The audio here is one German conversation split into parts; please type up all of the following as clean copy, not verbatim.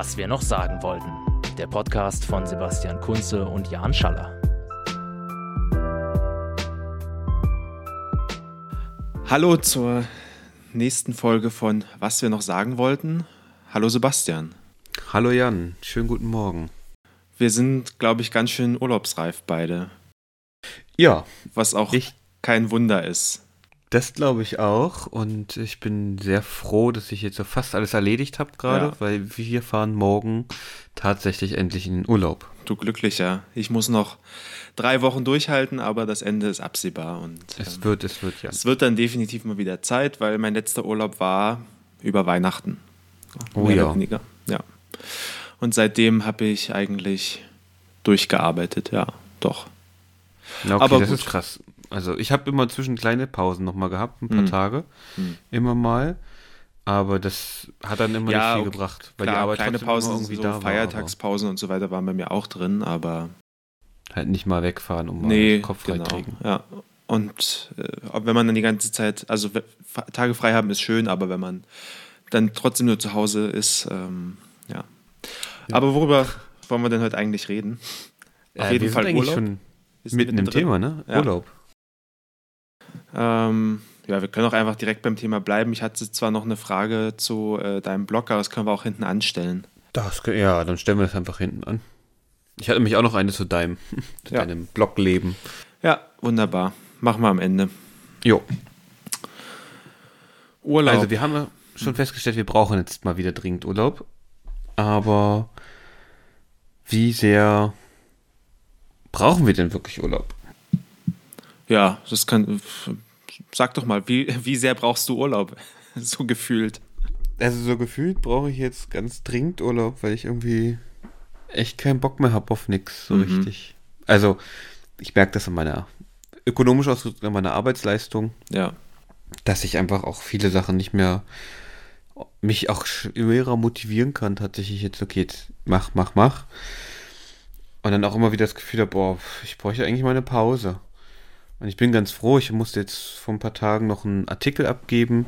Was wir noch sagen wollten. Der Podcast von Sebastian Kunze und Jan Schaller. Hallo zur nächsten Folge von Was wir noch sagen wollten. Hallo Sebastian. Hallo Jan, schönen guten Morgen. Wir sind, glaube ich, ganz schön urlaubsreif beide. Ja. Was auch kein Wunder ist. Das glaube ich auch und ich bin sehr froh, dass ich jetzt so fast alles erledigt habe gerade, weil wir fahren morgen tatsächlich endlich in den Urlaub. Du Glücklicher. Ich muss noch 3 Wochen durchhalten, aber das Ende ist absehbar. Und Es wird, ja. es wird dann definitiv mal wieder Zeit, weil mein letzter Urlaub war über Weihnachten. Oh Mehr ja. oder weniger. Ja. Und seitdem habe ich eigentlich durchgearbeitet, ja, doch. Na okay, aber das gut. ist krass. Also ich habe immer zwischen kleine Pausen nochmal gehabt, ein paar Tage, immer mal. Aber das hat dann immer nicht viel gebracht, weil klar, die Arbeit kleine trotzdem Pausen, immer irgendwie so da war. Feiertagspausen und so weiter waren bei mir auch drin, aber Halt nicht mal wegfahren, um mal den Kopf frei genau, kriegen. ja. Und wenn man dann die ganze Zeit, also Tage frei haben ist schön, aber wenn man dann trotzdem nur zu Hause ist, ja. Aber worüber wollen wir denn heute eigentlich reden? Auf jeden wir Fall sind eigentlich Urlaub. schon Wir sind mitten im mittendrin. Thema, ne? Ja. Urlaub. Ja, wir können auch einfach direkt beim Thema bleiben. Ich hatte zwar noch eine Frage zu deinem Blog, aber das können wir auch hinten anstellen. Ja, dann stellen wir das einfach hinten an. Ich hatte nämlich auch noch eine zu deinem Blogleben. Ja, wunderbar. Machen wir am Ende. Jo. Urlaub. Also wir haben ja schon festgestellt, wir brauchen jetzt mal wieder dringend Urlaub. Aber wie sehr brauchen wir denn wirklich Urlaub? Ja, sag doch mal, wie sehr brauchst du Urlaub? So gefühlt. Also so gefühlt brauche ich jetzt ganz dringend Urlaub, weil ich irgendwie echt keinen Bock mehr habe auf nichts so richtig. Also ich merke das an meiner ökonomisch ausgedrückt an meiner Arbeitsleistung, Ja. dass ich einfach auch viele Sachen nicht mehr mich auch schwerer motivieren kann, tatsächlich jetzt, okay, jetzt mach. Und dann auch immer wieder das Gefühl habe, boah, ich bräuchte eigentlich mal eine Pause. Und ich bin ganz froh, ich musste jetzt vor ein paar Tagen noch einen Artikel abgeben.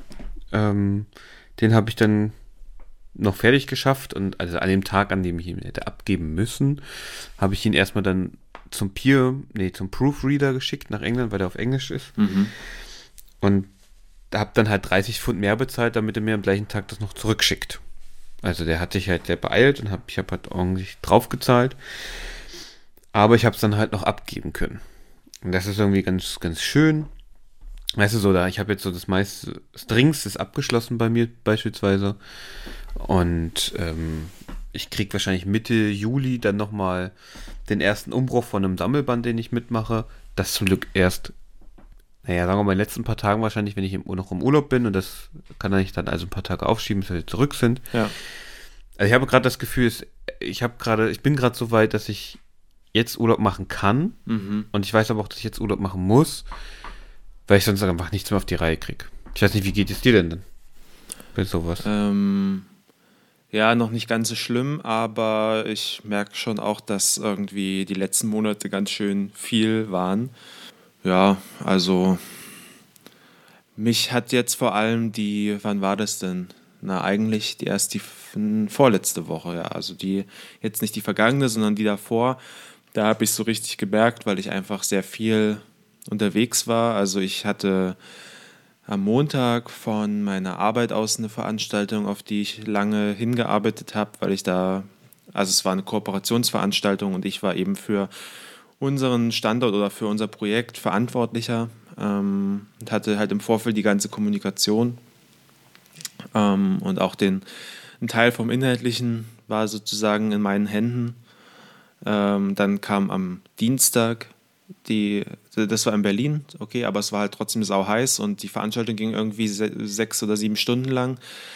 Den habe ich dann noch fertig geschafft und also an dem Tag, an dem ich ihn hätte abgeben müssen, habe ich ihn erstmal dann zum Proofreader geschickt nach England, weil der auf Englisch ist. Und habe dann halt 30 Pfund mehr bezahlt, damit er mir am gleichen Tag das noch zurückschickt. Also der hat sich halt sehr beeilt und ich habe halt ordentlich draufgezahlt. Aber ich habe es dann halt noch abgeben können. Und das ist irgendwie ganz, ganz schön. Weißt du, ich habe jetzt so das meiste, das Dringendste ist abgeschlossen bei mir beispielsweise. Und ich kriege wahrscheinlich Mitte Juli dann nochmal den ersten Umbruch von einem Sammelband, den ich mitmache. Das zum Glück erst, sagen wir mal, in den letzten paar Tagen wahrscheinlich, wenn ich noch im Urlaub bin. Und das kann ich dann also ein paar Tage aufschieben, bis wir zurück sind. Ja. Also ich habe gerade das Gefühl, ich bin gerade so weit, dass ich jetzt Urlaub machen kann. Und ich weiß aber auch, dass ich jetzt Urlaub machen muss, weil ich sonst einfach nichts mehr auf die Reihe kriege. Ich weiß nicht, wie geht es dir denn mit sowas? Ja, noch nicht ganz so schlimm, aber ich merke schon auch, dass irgendwie die letzten Monate ganz schön viel waren. Ja, also mich hat jetzt vor allem wann war das denn? Na, eigentlich die vorletzte Woche, ja. Also jetzt nicht die vergangene, sondern die davor. Da habe ich so richtig gemerkt, weil ich einfach sehr viel unterwegs war. Also ich hatte am Montag von meiner Arbeit aus eine Veranstaltung, auf die ich lange hingearbeitet habe, also es war eine Kooperationsveranstaltung und ich war eben für unseren Standort oder für unser Projekt Verantwortlicher und hatte halt im Vorfeld die ganze Kommunikation und auch ein Teil vom Inhaltlichen war sozusagen in meinen Händen. Dann kam am Dienstag das war in Berlin, okay, aber es war halt trotzdem sau heiß und die Veranstaltung ging irgendwie 6 oder 7 Stunden lang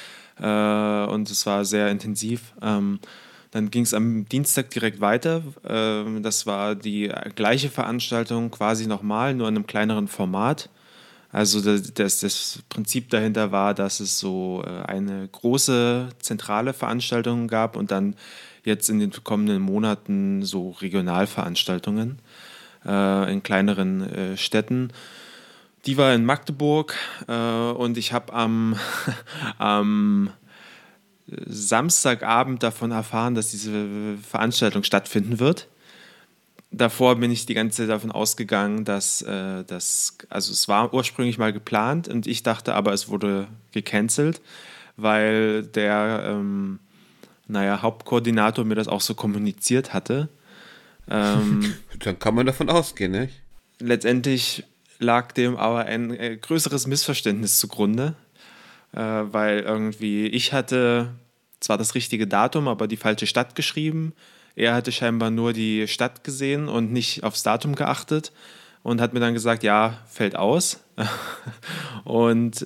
und es war sehr intensiv. Dann ging es am Dienstag direkt weiter. Das war die gleiche Veranstaltung quasi nochmal, nur in einem kleineren Format. Also das Prinzip dahinter war, dass es so eine große zentrale Veranstaltung gab und dann jetzt in den kommenden Monaten so Regionalveranstaltungen in kleineren Städten. Die war in Magdeburg und ich habe am Samstagabend davon erfahren, dass diese Veranstaltung stattfinden wird. Davor bin ich die ganze Zeit davon ausgegangen, dass also es war ursprünglich mal geplant und ich dachte aber, es wurde gecancelt, weil der Hauptkoordinator mir das auch so kommuniziert hatte. Dann kann man davon ausgehen, nicht? Letztendlich lag dem aber ein größeres Missverständnis zugrunde, weil irgendwie ich hatte zwar das richtige Datum, aber die falsche Stadt geschrieben. Er hatte scheinbar nur die Stadt gesehen und nicht aufs Datum geachtet und hat mir dann gesagt, ja, fällt aus. Und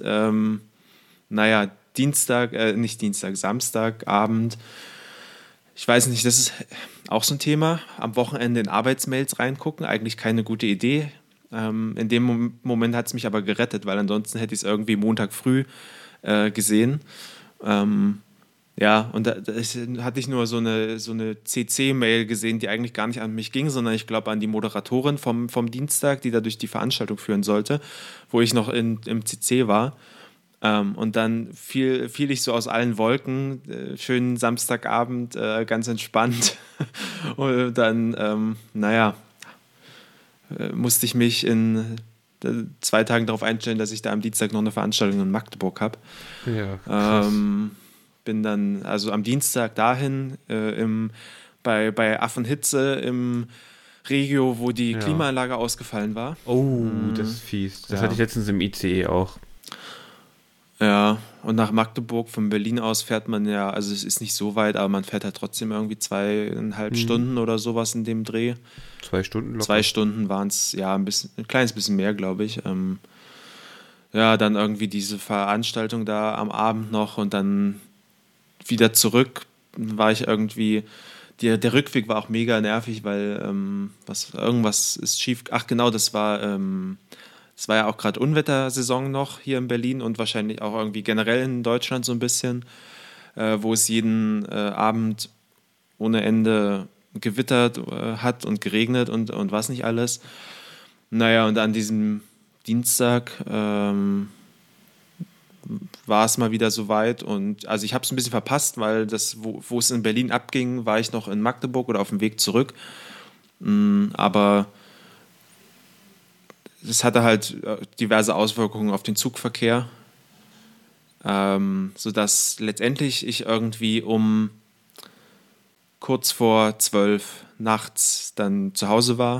Samstagabend, ich weiß nicht, das ist auch so ein Thema, am Wochenende in Arbeitsmails reingucken, eigentlich keine gute Idee. In dem Moment hat es mich aber gerettet, weil ansonsten hätte ich es irgendwie Montag früh gesehen. Ja, und da hatte ich nur so eine CC-Mail gesehen, die eigentlich gar nicht an mich ging, sondern ich glaube an die Moderatorin vom Dienstag, die dadurch die Veranstaltung führen sollte, wo ich noch im CC war. Und dann fiel ich so aus allen Wolken, schönen Samstagabend, ganz entspannt. Und dann, musste ich mich in 2 Tagen darauf einstellen, dass ich da am Dienstag noch eine Veranstaltung in Magdeburg habe. Ja, krass. Bin dann also am Dienstag dahin, bei Affenhitze im Regio, wo die Klimaanlage ausgefallen war. Oh, das ist fies. Das hatte ich letztens im ICE auch. Ja, und nach Magdeburg von Berlin aus fährt man ja, also es ist nicht so weit, aber man fährt halt trotzdem irgendwie 2,5 Stunden oder sowas in dem Dreh. 2 Stunden locker. 2 Stunden waren es, ja, ein kleines bisschen mehr, glaube ich. Ja, dann irgendwie diese Veranstaltung da am Abend noch und dann wieder zurück war ich irgendwie, der Rückweg war auch mega nervig, weil irgendwas ist schief. Ach genau, das war ja auch gerade Unwettersaison noch hier in Berlin und wahrscheinlich auch irgendwie generell in Deutschland so ein bisschen, wo es jeden Abend ohne Ende gewittert hat und geregnet und was nicht alles. Naja, und an diesem Dienstag war es mal wieder soweit und also ich habe es ein bisschen verpasst, weil wo es in Berlin abging, war ich noch in Magdeburg oder auf dem Weg zurück. Aber es hatte halt diverse Auswirkungen auf den Zugverkehr, sodass letztendlich ich irgendwie um kurz vor 12 nachts dann zu Hause war.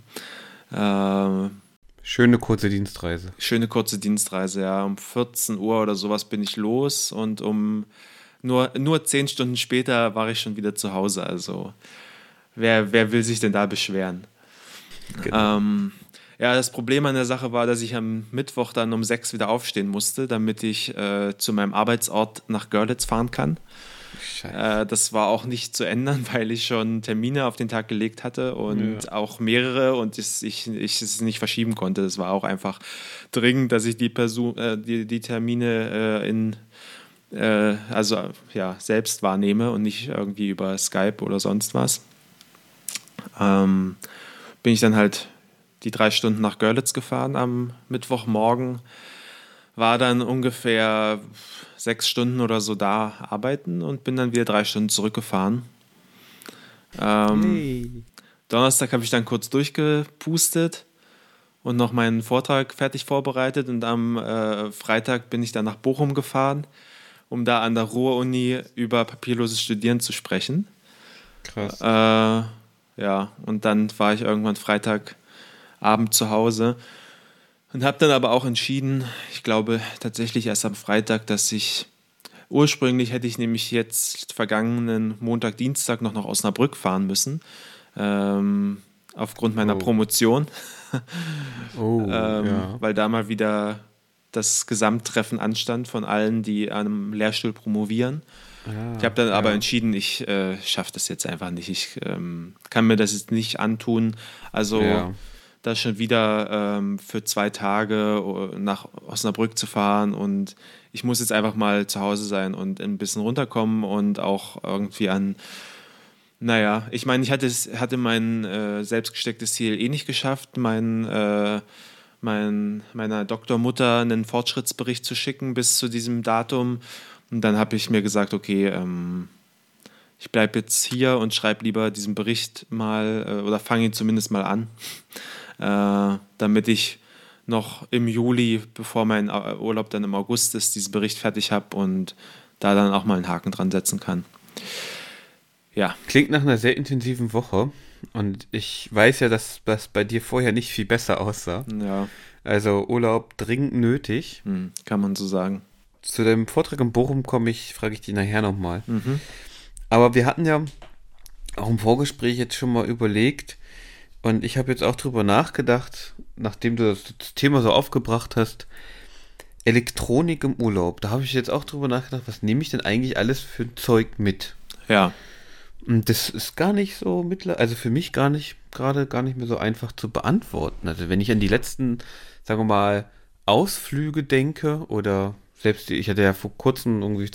Schöne kurze Dienstreise. Schöne kurze Dienstreise, ja. Um 14 Uhr oder sowas bin ich los und nur 10 Stunden später war ich schon wieder zu Hause. Also wer will sich denn da beschweren? Genau. Ja, das Problem an der Sache war, dass ich am Mittwoch dann um 6 wieder aufstehen musste, damit ich zu meinem Arbeitsort nach Görlitz fahren kann. Das war auch nicht zu ändern, weil ich schon Termine auf den Tag gelegt hatte und auch mehrere und ich es nicht verschieben konnte. Das war auch einfach dringend, dass ich die Termine selbst wahrnehme und nicht irgendwie über Skype oder sonst was. Bin ich dann halt die 3 Stunden nach Görlitz gefahren am Mittwochmorgen, war dann ungefähr 6 Stunden oder so da arbeiten und bin dann wieder 3 Stunden zurückgefahren. Donnerstag habe ich dann kurz durchgepustet und noch meinen Vortrag fertig vorbereitet und am Freitag bin ich dann nach Bochum gefahren, um da an der Ruhr-Uni über papierloses Studieren zu sprechen. Krass. Ja, und dann war ich irgendwann Freitagabend zu Hause und habe dann aber auch entschieden, ich glaube tatsächlich erst am Freitag, dass ursprünglich hätte ich nämlich jetzt vergangenen Montag, Dienstag noch nach Osnabrück fahren müssen, aufgrund meiner Promotion, weil da mal wieder das Gesamttreffen anstand von allen, die an einem Lehrstuhl promovieren. Ich habe dann aber entschieden, ich schaffe das jetzt einfach nicht. Ich kann mir das jetzt nicht antun. Also da schon wieder für 2 Tage nach Osnabrück zu fahren und ich muss jetzt einfach mal zu Hause sein und ein bisschen runterkommen und auch irgendwie ich meine, ich hatte mein selbst gestecktes Ziel eh nicht geschafft, meiner Doktormutter einen Fortschrittsbericht zu schicken bis zu diesem Datum. Und dann habe ich mir gesagt, okay, ich bleibe jetzt hier und schreibe lieber diesen Bericht mal oder fange ihn zumindest mal an, damit ich noch im Juli, bevor mein Urlaub dann im August ist, diesen Bericht fertig habe und da dann auch mal einen Haken dran setzen kann. Ja. Klingt nach einer sehr intensiven Woche und ich weiß ja, dass das bei dir vorher nicht viel besser aussah. Ja. Also Urlaub dringend nötig. Kann man so sagen. Zu deinem Vortrag in Bochum frage ich dich nachher nochmal. Mhm. Aber wir hatten ja auch im Vorgespräch jetzt schon mal überlegt und ich habe jetzt auch drüber nachgedacht, nachdem du das Thema so aufgebracht hast, Elektronik im Urlaub. Da habe ich jetzt auch drüber nachgedacht, was nehme ich denn eigentlich alles für ein Zeug mit? Ja. Und das ist gar nicht so also für mich gar nicht mehr so einfach zu beantworten. Also wenn ich an die letzten, sagen wir mal, Ausflüge denke oder selbst ich hatte ja vor kurzem irgendwie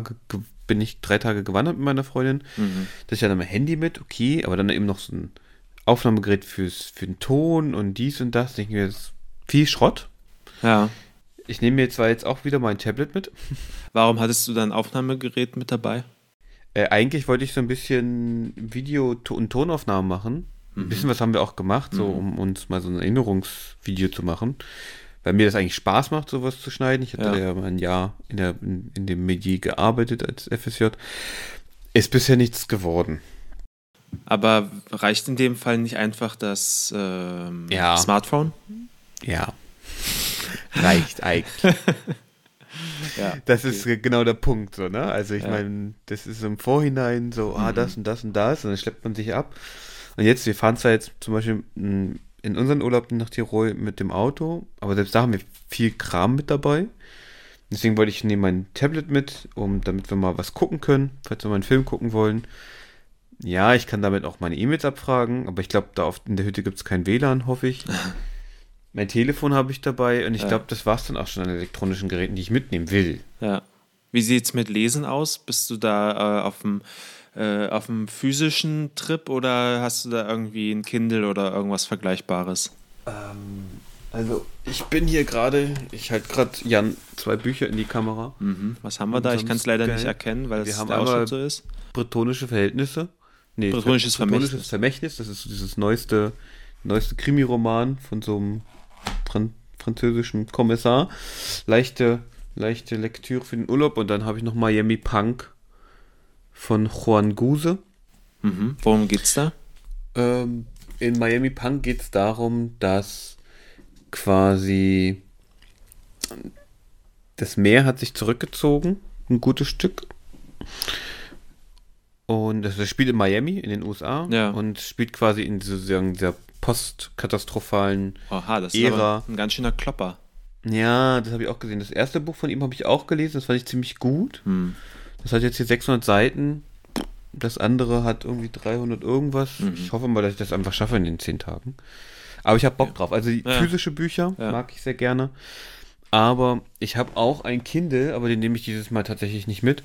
3 Tage gewandert mit meiner Freundin. Da ist ja dann mein Handy mit, okay, aber dann eben noch so ein Aufnahmegerät für den Ton und dies und das. Denke ich mir, das ist viel Schrott. Ja. Ich nehme mir zwar jetzt auch wieder mein Tablet mit. Warum hattest du dein Aufnahmegerät mit dabei? Eigentlich wollte ich so ein bisschen und Tonaufnahmen machen. Ein bisschen was haben wir auch gemacht, so um uns mal so ein Erinnerungsvideo zu machen. Weil mir das eigentlich Spaß macht, sowas zu schneiden. Ich hatte ja mal ein Jahr in dem Metier gearbeitet als FSJ. Ist bisher nichts geworden. Aber reicht in dem Fall nicht einfach das Smartphone? Ja. Reicht eigentlich. Ja, das ist genau der Punkt, so, ne? Also ich meine, das ist im Vorhinein so, das und das und das und dann schleppt man sich ab. Und jetzt, wir fahren zwar jetzt zum Beispiel in unseren Urlaub nach Tirol mit dem Auto, aber selbst da haben wir viel Kram mit dabei. Deswegen wollte ich nehmen mein Tablet mit, damit wir mal was gucken können, falls wir mal einen Film gucken wollen. Ja, ich kann damit auch meine E-Mails abfragen, aber ich glaube, da oft in der Hütte gibt es kein WLAN, hoffe ich. Mein Telefon habe ich dabei und ich glaube, das war es dann auch schon an elektronischen Geräten, die ich mitnehmen will. Ja. Wie sieht es mit Lesen aus? Bist du da auf dem physischen Trip oder hast du da irgendwie ein Kindle oder irgendwas Vergleichbares? Also ich bin hier gerade, ich halte gerade Jan 2 Bücher in die Kamera. Was haben wir da? Ich kann es leider nicht erkennen, weil es der Ausschnitt so ist. Bretonische Verhältnisse. Nee, Bretonisches Vermächtnis. Das ist so dieses neueste Krimi-Roman von so einem französischen Kommissar. Leichte Lektüre für den Urlaub. Und dann habe ich noch Miami Punk von Juan Guse. Worum geht's da? In Miami Punk geht es darum, dass quasi das Meer hat sich zurückgezogen, ein gutes Stück. Und das spielt in Miami, in den USA. Ja. Und spielt quasi in dieser postkatastrophalen das ist Ära. aber ein ganz schöner Klopper. Ja, das habe ich auch gesehen. Das erste Buch von ihm habe ich auch gelesen, das fand ich ziemlich gut. Das hat jetzt hier 600 Seiten. Das andere hat irgendwie 300 irgendwas. Ich hoffe mal, dass ich das einfach schaffe in den 10 Tagen. Aber ich habe Bock drauf. Also die physische Bücher mag ich sehr gerne. Aber ich habe auch ein Kindle, aber den nehme ich dieses Mal tatsächlich nicht mit.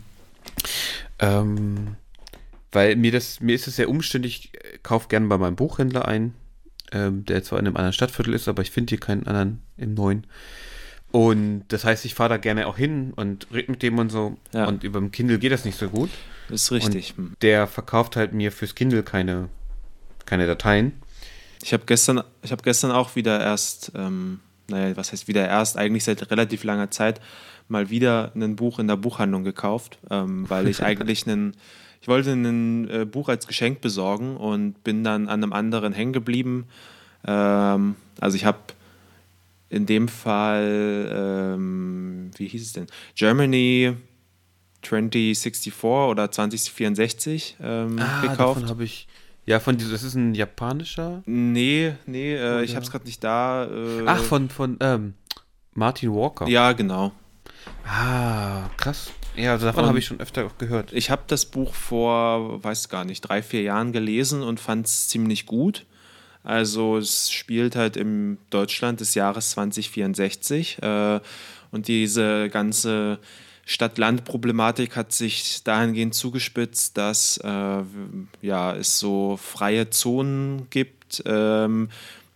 Weil mir ist es sehr umständlich. Ich kaufe gerne bei meinem Buchhändler ein, der zwar in einem anderen Stadtviertel ist, aber ich finde hier keinen anderen im neuen. Und das heißt, ich fahre da gerne auch hin und rede mit dem und so. Ja. Und über dem Kindle geht das nicht so gut. Das ist richtig. Und der verkauft halt mir fürs Kindle keine Dateien. Ich habe gestern auch wieder erst, was heißt wieder erst, eigentlich seit relativ langer Zeit mal wieder ein Buch in der Buchhandlung gekauft, weil ich eigentlich ich wollte ein Buch als Geschenk besorgen und bin dann an einem anderen hängen geblieben. Also ich habe in dem Fall, wie hieß es denn? Germany 2064 oder 2064 gekauft. Davon habe ich, das ist ein japanischer? Nee, ich habe es gerade nicht da. Von Martin Walker. Ja, genau. Krass. Ja, also davon habe ich schon öfter auch gehört. Ich habe das Buch vor, weiß gar nicht, 3-4 Jahren gelesen und fand es ziemlich gut. Also es spielt halt im Deutschland des Jahres 2064 und diese ganze Stadt-Land-Problematik hat sich dahingehend zugespitzt, dass es so freie Zonen gibt,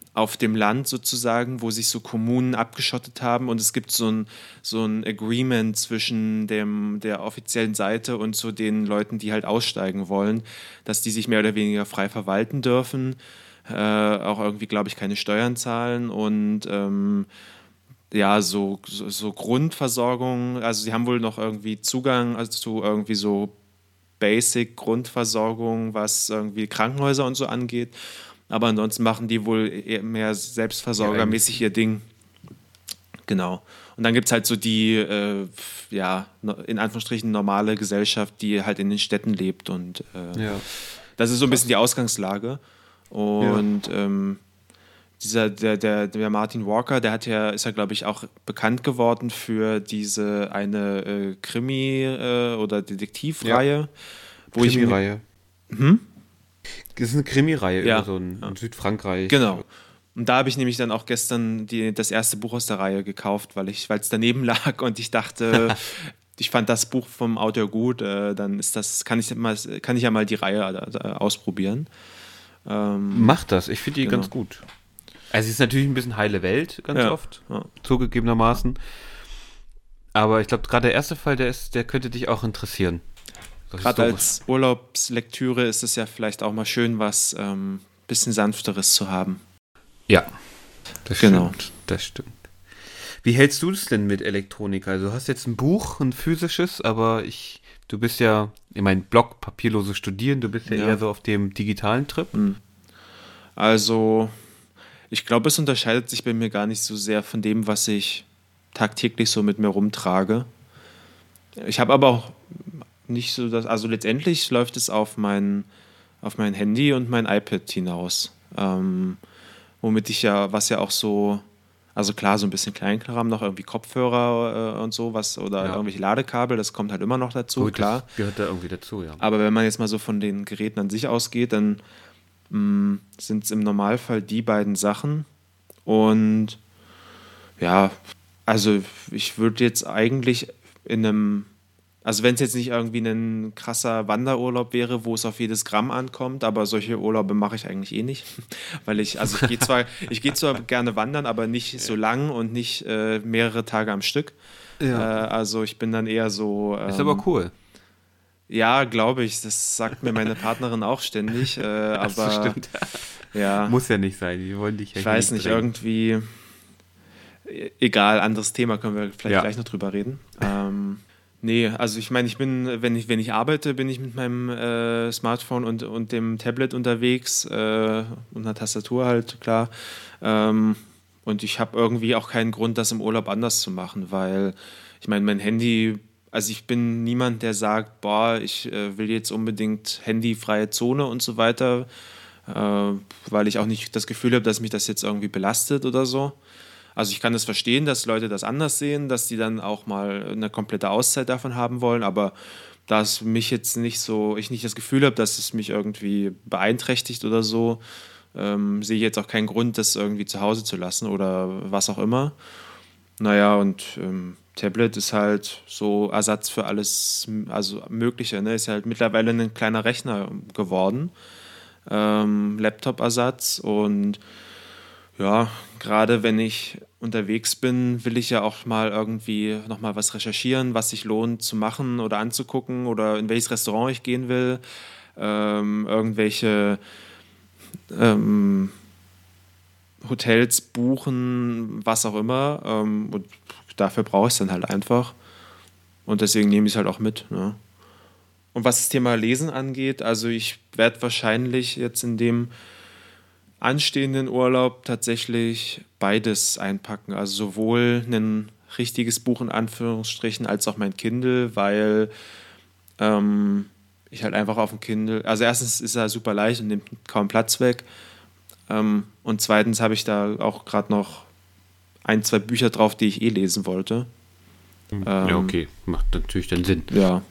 auf dem Land sozusagen, wo sich so Kommunen abgeschottet haben und es gibt so ein Agreement zwischen der offiziellen Seite und so den Leuten, die halt aussteigen wollen, dass die sich mehr oder weniger frei verwalten dürfen, auch irgendwie, glaube ich, keine Steuern zahlen und ja, so Grundversorgung, also sie haben wohl noch irgendwie Zugang zu irgendwie so Basic-Grundversorgung, was irgendwie Krankenhäuser und so angeht. Aber ansonsten machen die wohl eher mehr selbstversorgermäßig ihr Ding. Genau. Und dann gibt es halt so die, in Anführungsstrichen normale Gesellschaft, die halt in den Städten lebt. Und das ist so ein bisschen die Ausgangslage. Und der Martin Walker, ist ja, glaube ich, auch bekannt geworden für diese eine Krimi- oder Detektivreihe. Krimi-Reihe. Das ist eine Krimi-Reihe über so ein Südfrankreich. Genau. Und da habe ich nämlich dann auch gestern das erste Buch aus der Reihe gekauft, weil es daneben lag und ich dachte, ich fand das Buch vom Autor gut, dann kann ich ja mal die Reihe ausprobieren. Mach das, ich finde die ganz gut. Also es ist natürlich ein bisschen heile Welt, ganz oft, zugegebenermaßen. Aber ich glaube, gerade der erste Fall, der könnte dich auch interessieren. Gerade als Urlaubslektüre ist es ja vielleicht auch mal schön, was bisschen Sanfteres zu haben. Ja, das stimmt. Wie hältst du es denn mit Elektronik? Also du hast jetzt ein Buch, ein physisches, aber du bist ja, ich meine, Blog, papierlose Studieren, du bist ja eher so auf dem digitalen Trip. Also ich glaube, es unterscheidet sich bei mir gar nicht so sehr von dem, was ich tagtäglich so mit mir rumtrage. Ich habe aber auch nicht so also letztendlich läuft es auf mein Handy und mein iPad hinaus. Womit was ja auch so, also klar, so ein bisschen Kleinkram noch, irgendwie Kopfhörer und sowas oder irgendwelche Ladekabel, das kommt halt immer noch dazu, gut, klar. Das gehört da irgendwie dazu, ja. Aber wenn man jetzt mal so von den Geräten an sich ausgeht, dann sind es im Normalfall die beiden Sachen. Und ja, also ich würde jetzt eigentlich also wenn es jetzt nicht irgendwie ein krasser Wanderurlaub wäre, wo es auf jedes Gramm ankommt, aber solche Urlaube mache ich eigentlich eh nicht, weil ich gehe zwar gerne wandern, aber nicht so lang und nicht mehrere Tage am Stück. Ja. Also ich bin dann eher so. Ist aber cool. Ja, glaube ich. Das sagt mir meine Partnerin auch ständig. Aber das stimmt. Ja. Muss ja nicht sein. Die wollen dich ja ich weiß nicht, irgendwie. Egal, anderes Thema, können wir vielleicht gleich noch drüber reden. Nee, also ich meine, wenn ich arbeite, bin ich mit meinem Smartphone und dem Tablet unterwegs und einer Tastatur halt, klar. Und ich habe irgendwie auch keinen Grund, das im Urlaub anders zu machen, weil ich meine, mein Handy, also ich bin niemand, der sagt, ich will jetzt unbedingt handyfreie Zone und so weiter, weil ich auch nicht das Gefühl habe, dass mich das jetzt irgendwie belastet oder so. Also ich kann das verstehen, dass Leute das anders sehen, dass die dann auch mal eine komplette Auszeit davon haben wollen, aber da es mich jetzt nicht so, ich nicht das Gefühl habe, dass es mich irgendwie beeinträchtigt oder so, sehe ich jetzt auch keinen Grund, das irgendwie zu Hause zu lassen oder was auch immer. Naja, und Tablet ist halt so Ersatz für alles, also Mögliche, ne? Ist halt mittlerweile ein kleiner Rechner geworden, Laptop-Ersatz und ja, gerade wenn ich unterwegs bin, will ich ja auch mal irgendwie nochmal was recherchieren, was sich lohnt zu machen oder anzugucken oder in welches Restaurant ich gehen will, irgendwelche Hotels buchen, was auch immer. Und dafür brauche ich es dann halt einfach. Und deswegen nehme ich es halt auch mit. Ne? Und was das Thema Lesen angeht, also ich werde wahrscheinlich jetzt in dem anstehenden Urlaub tatsächlich beides einpacken. Also sowohl ein richtiges Buch in Anführungsstrichen als auch mein Kindle, weil ich halt einfach auf dem Kindle, also erstens ist er super leicht und nimmt kaum Platz weg und zweitens habe ich da auch gerade noch 1, 2 Bücher drauf, die ich lesen wollte. Ja, okay, macht natürlich dann Sinn. Ja.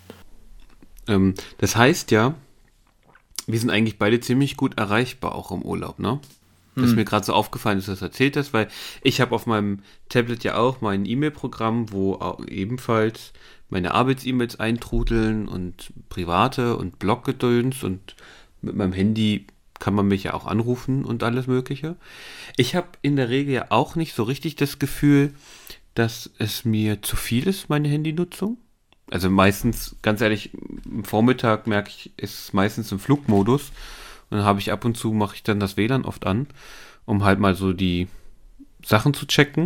Das heißt ja, wir sind eigentlich beide ziemlich gut erreichbar, auch im Urlaub, ne? Das ist mir gerade so aufgefallen, dass du das erzählt hast, weil ich habe auf meinem Tablet ja auch mein E-Mail-Programm, wo auch ebenfalls meine Arbeits-E-Mails eintrudeln und private und Bloggedöns und mit meinem Handy kann man mich ja auch anrufen und alles Mögliche. Ich habe in der Regel ja auch nicht so richtig das Gefühl, dass es mir zu viel ist, meine Handynutzung. Also meistens, ganz ehrlich, am Vormittag merke ich, ist es meistens im Flugmodus. Und dann habe ich ab und zu, mache ich dann das WLAN oft an, um halt mal so die Sachen zu checken.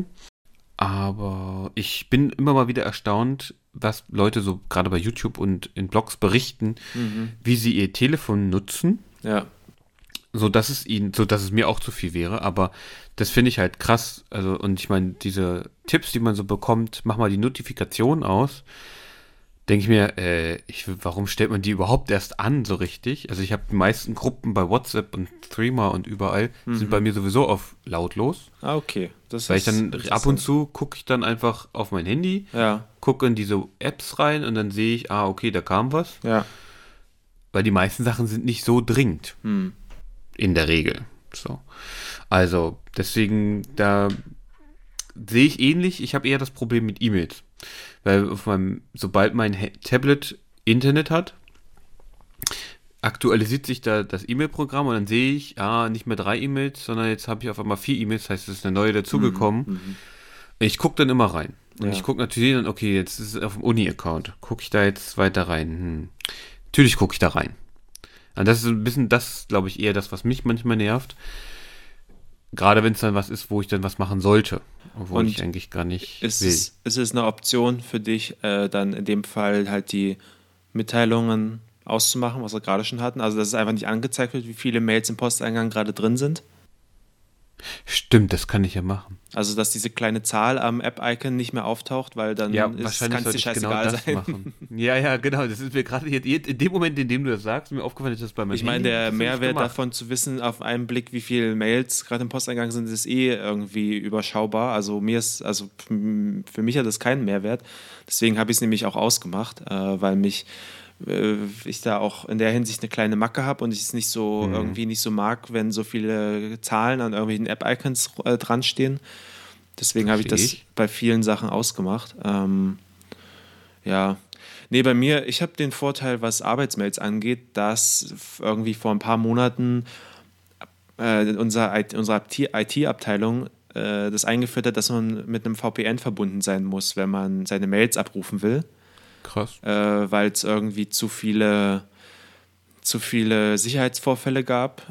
Aber ich bin immer mal wieder erstaunt, was Leute so gerade bei YouTube und in Blogs berichten, wie sie ihr Telefon nutzen. Ja. So dass es mir auch zu viel wäre, aber das finde ich halt krass. Also, und ich meine, diese Tipps, die man so bekommt, mach mal die Notifikation aus, denke ich mir, warum stellt man die überhaupt erst an, so richtig? Also ich habe die meisten Gruppen bei WhatsApp und Threema und überall sind bei mir sowieso auf lautlos. Ah, okay. Weil ich dann ab und zu gucke ich dann einfach auf mein Handy, gucke in diese Apps rein und dann sehe ich, okay, da kam was. Ja. Weil die meisten Sachen sind nicht so dringend. In der Regel. So. Also, deswegen, da sehe ich ähnlich. Ich habe eher das Problem mit E-Mails. Weil sobald mein Tablet Internet hat, aktualisiert sich da das E-Mail-Programm und dann sehe ich, nicht mehr 3 E-Mails, sondern jetzt habe ich auf einmal 4 E-Mails, das heißt, es ist eine neue dazugekommen. Ich gucke dann immer rein. Und ich gucke natürlich dann, okay, jetzt ist es auf dem Uni-Account. Gucke ich da jetzt weiter rein? Natürlich gucke ich da rein. Und das ist ein bisschen glaube ich, eher das, was mich manchmal nervt. Gerade wenn es dann was ist, wo ich dann was machen sollte. Obwohl ich eigentlich gar nicht will. Ist es eine Option für dich, dann in dem Fall halt die Mitteilungen auszumachen, was wir gerade schon hatten? Also, dass es einfach nicht angezeigt wird, wie viele Mails im Posteingang gerade drin sind? Stimmt, das kann ich ja machen. Also, dass diese kleine Zahl am App-Icon nicht mehr auftaucht, weil dann kann es dir scheißegal sein. Machen. Ja, genau. Das ist mir gerade in dem Moment, in dem du das sagst, mir aufgefallen, dass das bei meinem Ich meine, der Mehrwert davon zu wissen, auf einen Blick, wie viele Mails gerade im Posteingang sind, ist irgendwie überschaubar. Also für mich hat das keinen Mehrwert. Deswegen habe ich es nämlich auch ausgemacht, weil ich da auch in der Hinsicht eine kleine Macke habe und ich es nicht so irgendwie nicht so mag, wenn so viele Zahlen an irgendwelchen App-Icons dran stehen. Deswegen habe ich das bei vielen Sachen ausgemacht. Bei mir, ich habe den Vorteil, was Arbeitsmails angeht, dass irgendwie vor ein paar Monaten unsere IT-Abteilung das eingeführt hat, dass man mit einem VPN verbunden sein muss, wenn man seine Mails abrufen will. Krass. Weil es irgendwie zu viele Sicherheitsvorfälle gab.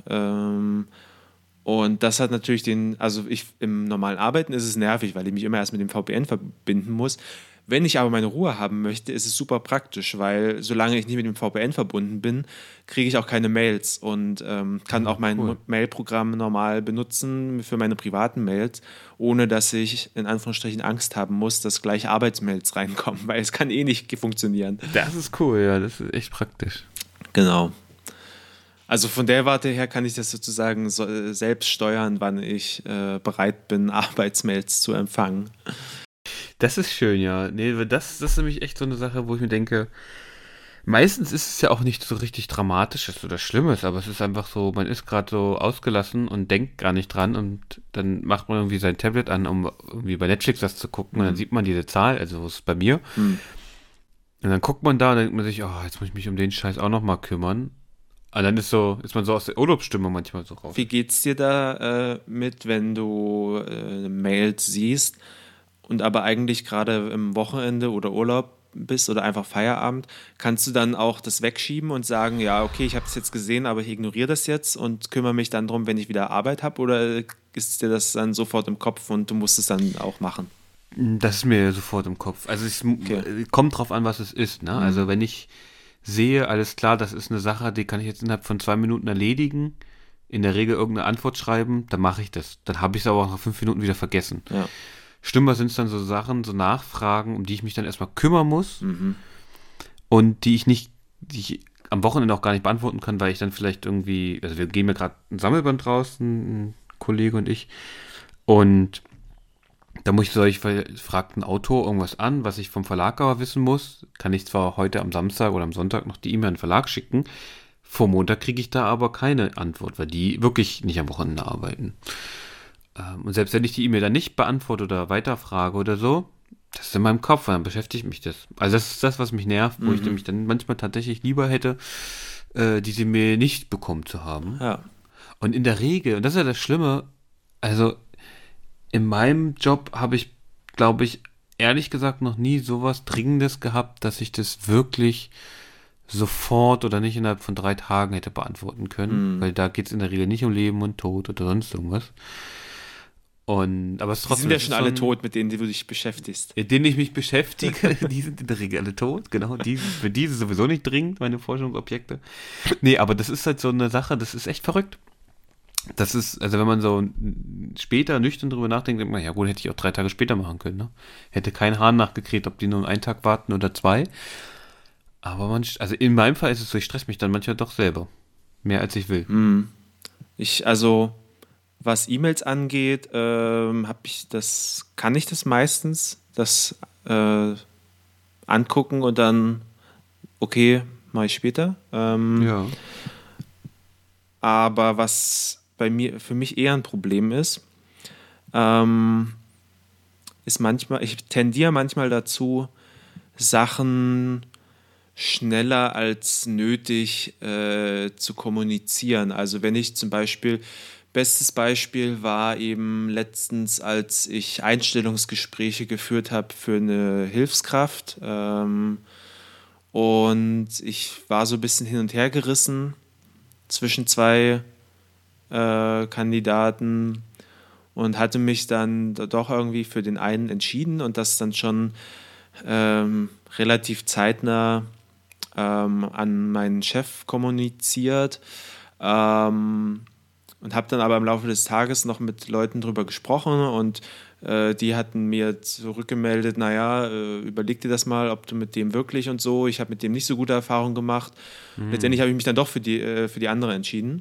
Und das hat natürlich im normalen Arbeiten ist es nervig, weil ich mich immer erst mit dem VPN verbinden muss. Wenn ich aber meine Ruhe haben möchte, ist es super praktisch, weil solange ich nicht mit dem VPN verbunden bin, kriege ich auch keine Mails und kann auch mein Mailprogramm normal benutzen für meine privaten Mails, ohne dass ich in Anführungsstrichen Angst haben muss, dass gleich Arbeitsmails reinkommen, weil es kann nicht funktionieren. Das ist cool, ja, das ist echt praktisch. Genau. Also von der Warte her kann ich das sozusagen selbst steuern, wann ich bereit bin, Arbeitsmails zu empfangen. Das ist schön, ja. Nee, das ist nämlich echt so eine Sache, wo ich mir denke, meistens ist es ja auch nicht so richtig Dramatisches oder Schlimmes, aber es ist einfach so, man ist gerade so ausgelassen und denkt gar nicht dran und dann macht man irgendwie sein Tablet an, um irgendwie bei Netflix was zu gucken und dann sieht man diese Zahl, also so ist es bei mir. Und dann guckt man da und dann denkt man sich, jetzt muss ich mich um den Scheiß auch nochmal kümmern. Und dann ist man so aus der Urlaubsstimmung manchmal so raus. Wie geht's dir da mit, wenn du Mails siehst und aber eigentlich gerade im Wochenende oder Urlaub bist oder einfach Feierabend, kannst du dann auch das wegschieben und sagen, ja, okay, ich habe es jetzt gesehen, aber ich ignoriere das jetzt und kümmere mich dann drum, wenn ich wieder Arbeit habe, oder ist dir das dann sofort im Kopf und du musst es dann auch machen? Das ist mir sofort im Kopf. Also es kommt drauf an, was es ist, ne? Also wenn ich sehe, alles klar, das ist eine Sache, die kann ich jetzt innerhalb von 2 Minuten erledigen, in der Regel irgendeine Antwort schreiben, dann mache ich das. Dann habe ich es aber auch nach 5 Minuten wieder vergessen. Ja. Schlimmer sind es dann so Sachen, so Nachfragen, um die ich mich dann erstmal kümmern muss und die ich am Wochenende auch gar nicht beantworten kann, weil ich dann vielleicht irgendwie, also wir gehen mir gerade ein Sammelband raus, ein Kollege und ich, und da ich fragt ein Autor irgendwas an, was ich vom Verlag aber wissen muss, kann ich zwar heute am Samstag oder am Sonntag noch die E-Mail an den Verlag schicken, vor Montag kriege ich da aber keine Antwort, weil die wirklich nicht am Wochenende arbeiten. Und selbst wenn ich die E-Mail dann nicht beantworte oder weiterfrage oder so, das ist in meinem Kopf, dann beschäftigt mich das. Also das ist das, was mich nervt, wo ich nämlich dann manchmal tatsächlich lieber hätte, diese Mail nicht bekommen zu haben. Ja. Und in der Regel, und das ist ja das Schlimme, also in meinem Job habe ich, glaube ich, ehrlich gesagt noch nie sowas Dringendes gehabt, dass ich das wirklich sofort oder nicht innerhalb von 3 Tagen hätte beantworten können, weil da geht es in der Regel nicht um Leben und Tod oder sonst irgendwas. Aber es ist Die trotzdem, sind ja es schon ist alle so tot, mit denen du dich beschäftigst. mit denen ich mich beschäftige, die sind in der Regel alle tot, genau, für diese sowieso nicht dringend, meine Forschungsobjekte. Nee, aber das ist halt so eine Sache, das ist echt verrückt. Das ist, also wenn man so später nüchtern drüber nachdenkt, denkt man, ja gut, hätte ich auch 3 Tage später machen können, ne? Hätte kein Hahn nachgekriegt, ob die nur einen Tag warten oder 2. Aber also in meinem Fall ist es so, ich stress mich dann manchmal doch selber. Mehr als ich will. Also, was E-Mails angeht, kann ich das meistens, angucken und dann, okay, mache ich später. Ja. Aber was für mich eher ein Problem ist manchmal, ich tendiere manchmal dazu, Sachen schneller als nötig zu kommunizieren. Also wenn ich zum Beispiel, bestes Beispiel war eben letztens, als ich Einstellungsgespräche geführt habe für eine Hilfskraft und ich war so ein bisschen hin und her gerissen zwischen 2 Kandidaten und hatte mich dann doch irgendwie für den einen entschieden und das dann schon relativ zeitnah an meinen Chef kommuniziert und habe dann aber im Laufe des Tages noch mit Leuten drüber gesprochen und die hatten mir zurückgemeldet, naja, überleg dir das mal, ob du mit dem wirklich und so. Ich habe mit dem nicht so gute Erfahrungen gemacht. Letztendlich habe ich mich dann doch für die andere entschieden.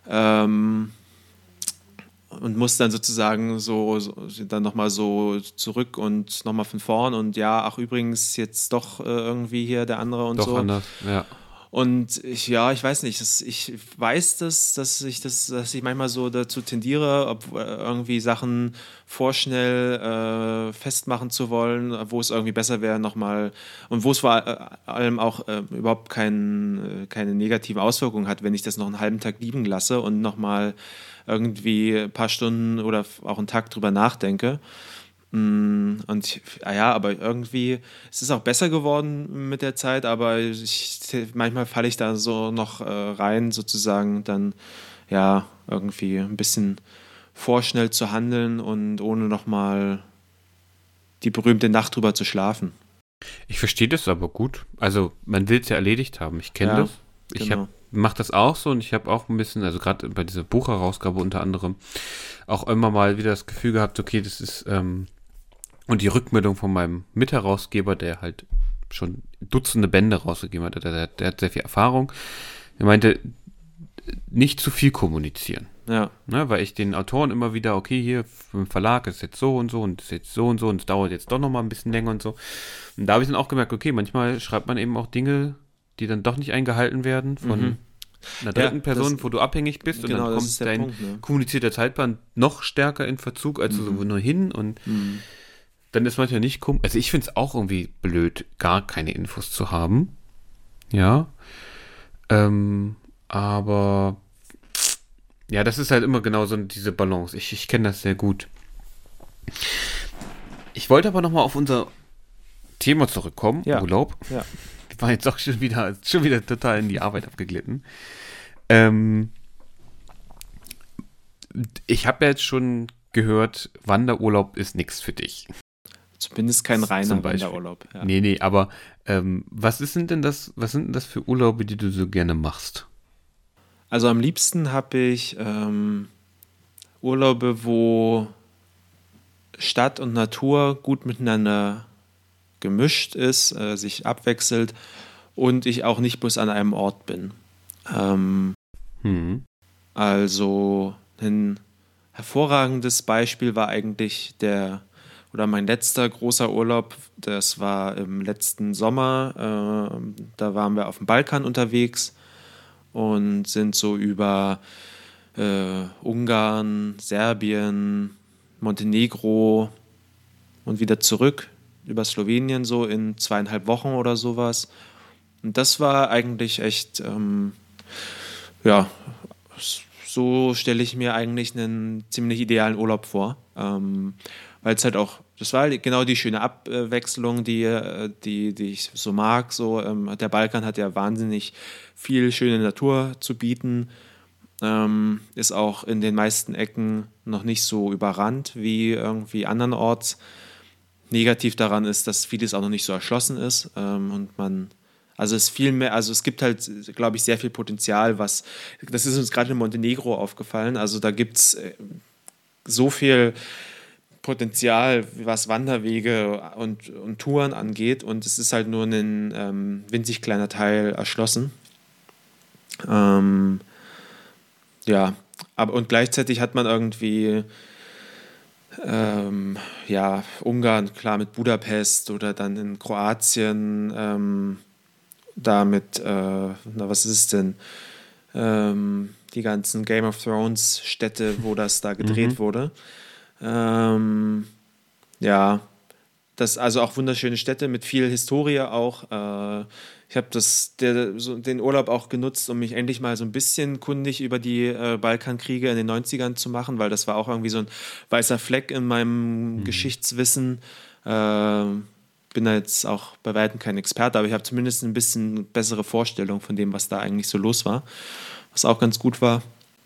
Und muss dann sozusagen so dann nochmal so zurück und nochmal von vorn und ja, ach übrigens, jetzt doch irgendwie hier der andere und Doch so. anders, ja. Und ich weiß nicht, ich weiß dass ich manchmal so dazu tendiere, irgendwie Sachen vorschnell festmachen zu wollen, wo es irgendwie besser wäre nochmal und wo es vor allem auch überhaupt keine negativen Auswirkungen hat, wenn ich das noch einen halben Tag liegen lasse und nochmal irgendwie ein paar Stunden oder auch einen Tag drüber nachdenke. Und ja, aber irgendwie es ist auch besser geworden mit der Zeit, aber manchmal falle ich da so noch rein, sozusagen dann ja irgendwie ein bisschen vorschnell zu handeln und ohne nochmal die berühmte Nacht drüber zu schlafen. Ich verstehe das aber gut. Also man will es ja erledigt haben. Ich kenne Ja, das. Ich genau. mache das auch so und ich habe auch ein bisschen, also gerade bei dieser Buchherausgabe unter anderem, auch immer mal wieder das Gefühl gehabt, okay, das ist und die Rückmeldung von meinem Mitherausgeber, der halt schon Dutzende Bände rausgegeben hat, der hat sehr viel Erfahrung. Er meinte, nicht zu viel kommunizieren. Ja. Ne, weil ich den Autoren immer wieder, okay, hier im Verlag ist jetzt so und so und ist jetzt so und so und es dauert jetzt doch nochmal ein bisschen länger und so. Und da habe ich dann auch gemerkt, okay, manchmal schreibt man eben auch Dinge, die dann doch nicht eingehalten werden von einer dritten Person, wo du abhängig bist und genau, dann das kommt ist der dein Punkt, ne? kommunizierter Zeitplan noch stärker in Verzug, als du so nur hin und dann ist manchmal nicht also ich finde es auch irgendwie blöd, gar keine Infos zu haben. Ja. Aber ja, das ist halt immer genau so diese Balance. Ich kenne das sehr gut. Ich wollte aber nochmal auf unser Thema zurückkommen, Ja. Urlaub. Ja. Wir waren jetzt auch schon wieder total in die Arbeit abgeglitten. Ich habe ja jetzt schon gehört, Wanderurlaub ist nichts für dich. Zumindest kein reiner Zum Beispiel. Wanderurlaub. Ja. Nee, aber was sind denn das für Urlaube, die du so gerne machst? Also am liebsten habe ich Urlaube, wo Stadt und Natur gut miteinander gemischt ist, sich abwechselt und ich auch nicht bloß an einem Ort bin. Also ein hervorragendes Beispiel war eigentlich mein letzter großer Urlaub, das war im letzten Sommer, da waren wir auf dem Balkan unterwegs und sind so über Ungarn, Serbien, Montenegro und wieder zurück über Slowenien so in 2,5 Wochen oder sowas. Und das war eigentlich echt so stelle ich mir eigentlich einen ziemlich idealen Urlaub vor, weil es halt auch, das war halt genau die schöne Abwechslung, die ich so mag. So, der Balkan hat ja wahnsinnig viel schöne Natur zu bieten, ist auch in den meisten Ecken noch nicht so überrannt wie irgendwie andernorts. Negativ daran ist, dass vieles auch noch nicht so erschlossen ist, und also es ist viel mehr, also es gibt halt, glaube ich, sehr viel Potenzial, das ist uns gerade in Montenegro aufgefallen, also da gibt es so viel Potenzial, was Wanderwege und Touren angeht, und es ist halt nur ein winzig kleiner Teil erschlossen. Ja, aber und gleichzeitig hat man irgendwie ja, Ungarn, klar, mit Budapest, oder dann in Kroatien, da mit, was ist es denn? Die ganzen Game of Thrones Städte, wo das da gedreht wurde. Ja, das also auch wunderschöne Städte mit viel Historie auch. Ich habe den Urlaub auch genutzt, um mich endlich mal so ein bisschen kundig über die Balkankriege in den 90ern zu machen, weil das war auch irgendwie so ein weißer Fleck in meinem Geschichtswissen. Bin da jetzt auch bei weitem kein Experte, aber ich habe zumindest ein bisschen bessere Vorstellung von dem, was da eigentlich so los war, was auch ganz gut war.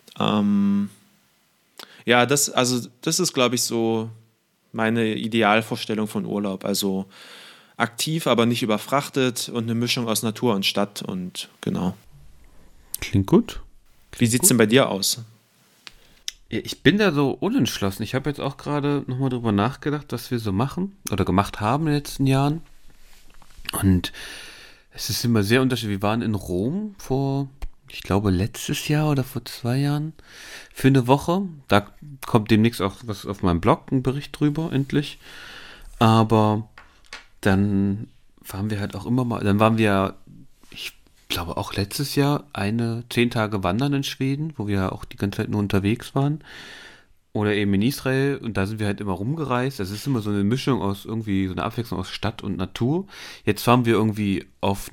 Ja, das ist, glaube ich, so meine Idealvorstellung von Urlaub. Also aktiv, aber nicht überfrachtet, und eine Mischung aus Natur und Stadt, und genau. Klingt gut. Wie sieht es denn bei dir aus? Ja, ich bin da so unentschlossen. Ich habe jetzt auch gerade nochmal drüber nachgedacht, was wir so machen oder gemacht haben in den letzten Jahren. Und es ist immer sehr unterschiedlich. Wir waren in Rom vor, ich glaube, letztes Jahr oder vor 2 Jahren für eine Woche. Da kommt demnächst auch was auf meinem Blog, ein Bericht drüber, endlich. Aber dann waren wir halt auch immer mal, dann waren wir, ich glaube auch letztes Jahr 10 Tage wandern in Schweden, wo wir auch die ganze Zeit nur unterwegs waren. Oder eben in Israel, und da sind wir halt immer rumgereist. Das ist immer so eine Mischung aus irgendwie, so eine Abwechslung aus Stadt und Natur. Jetzt waren wir irgendwie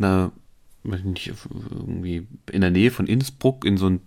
irgendwie in der Nähe von Innsbruck in so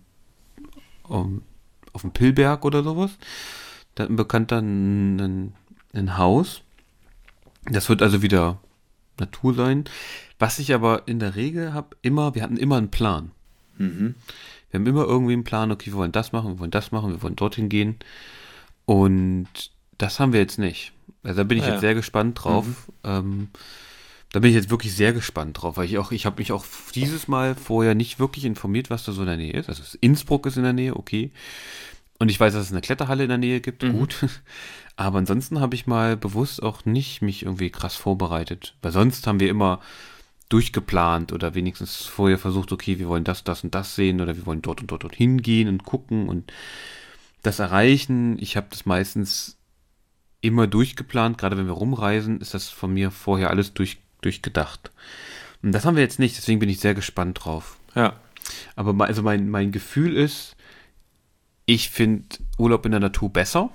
auf dem Pillberg oder sowas. Da hat ein Bekannter ein Haus. Das wird also wieder Natur sein. Was ich aber in der Regel wir hatten immer einen Plan. Wir haben immer irgendwie einen Plan, okay, wir wollen das machen, wir wollen das machen, wir wollen dorthin gehen. Und das haben wir jetzt nicht. Also da bin ich jetzt sehr gespannt drauf. Da bin ich jetzt wirklich sehr gespannt drauf, weil ich habe mich auch dieses Mal vorher nicht wirklich informiert, was da so in der Nähe ist. Also Innsbruck ist in der Nähe, okay. Und ich weiß, dass es eine Kletterhalle in der Nähe gibt, gut. Aber ansonsten habe ich mal bewusst auch nicht mich irgendwie krass vorbereitet. Weil sonst haben wir immer durchgeplant oder wenigstens vorher versucht, okay, wir wollen das und das sehen oder wir wollen dort und dort hingehen und gucken und das erreichen. Ich habe das meistens immer durchgeplant. Gerade wenn wir rumreisen, ist das von mir vorher alles durchgedacht. Und das haben wir jetzt nicht, deswegen bin ich sehr gespannt drauf. Ja. Aber also mein Gefühl ist, ich finde Urlaub in der Natur besser,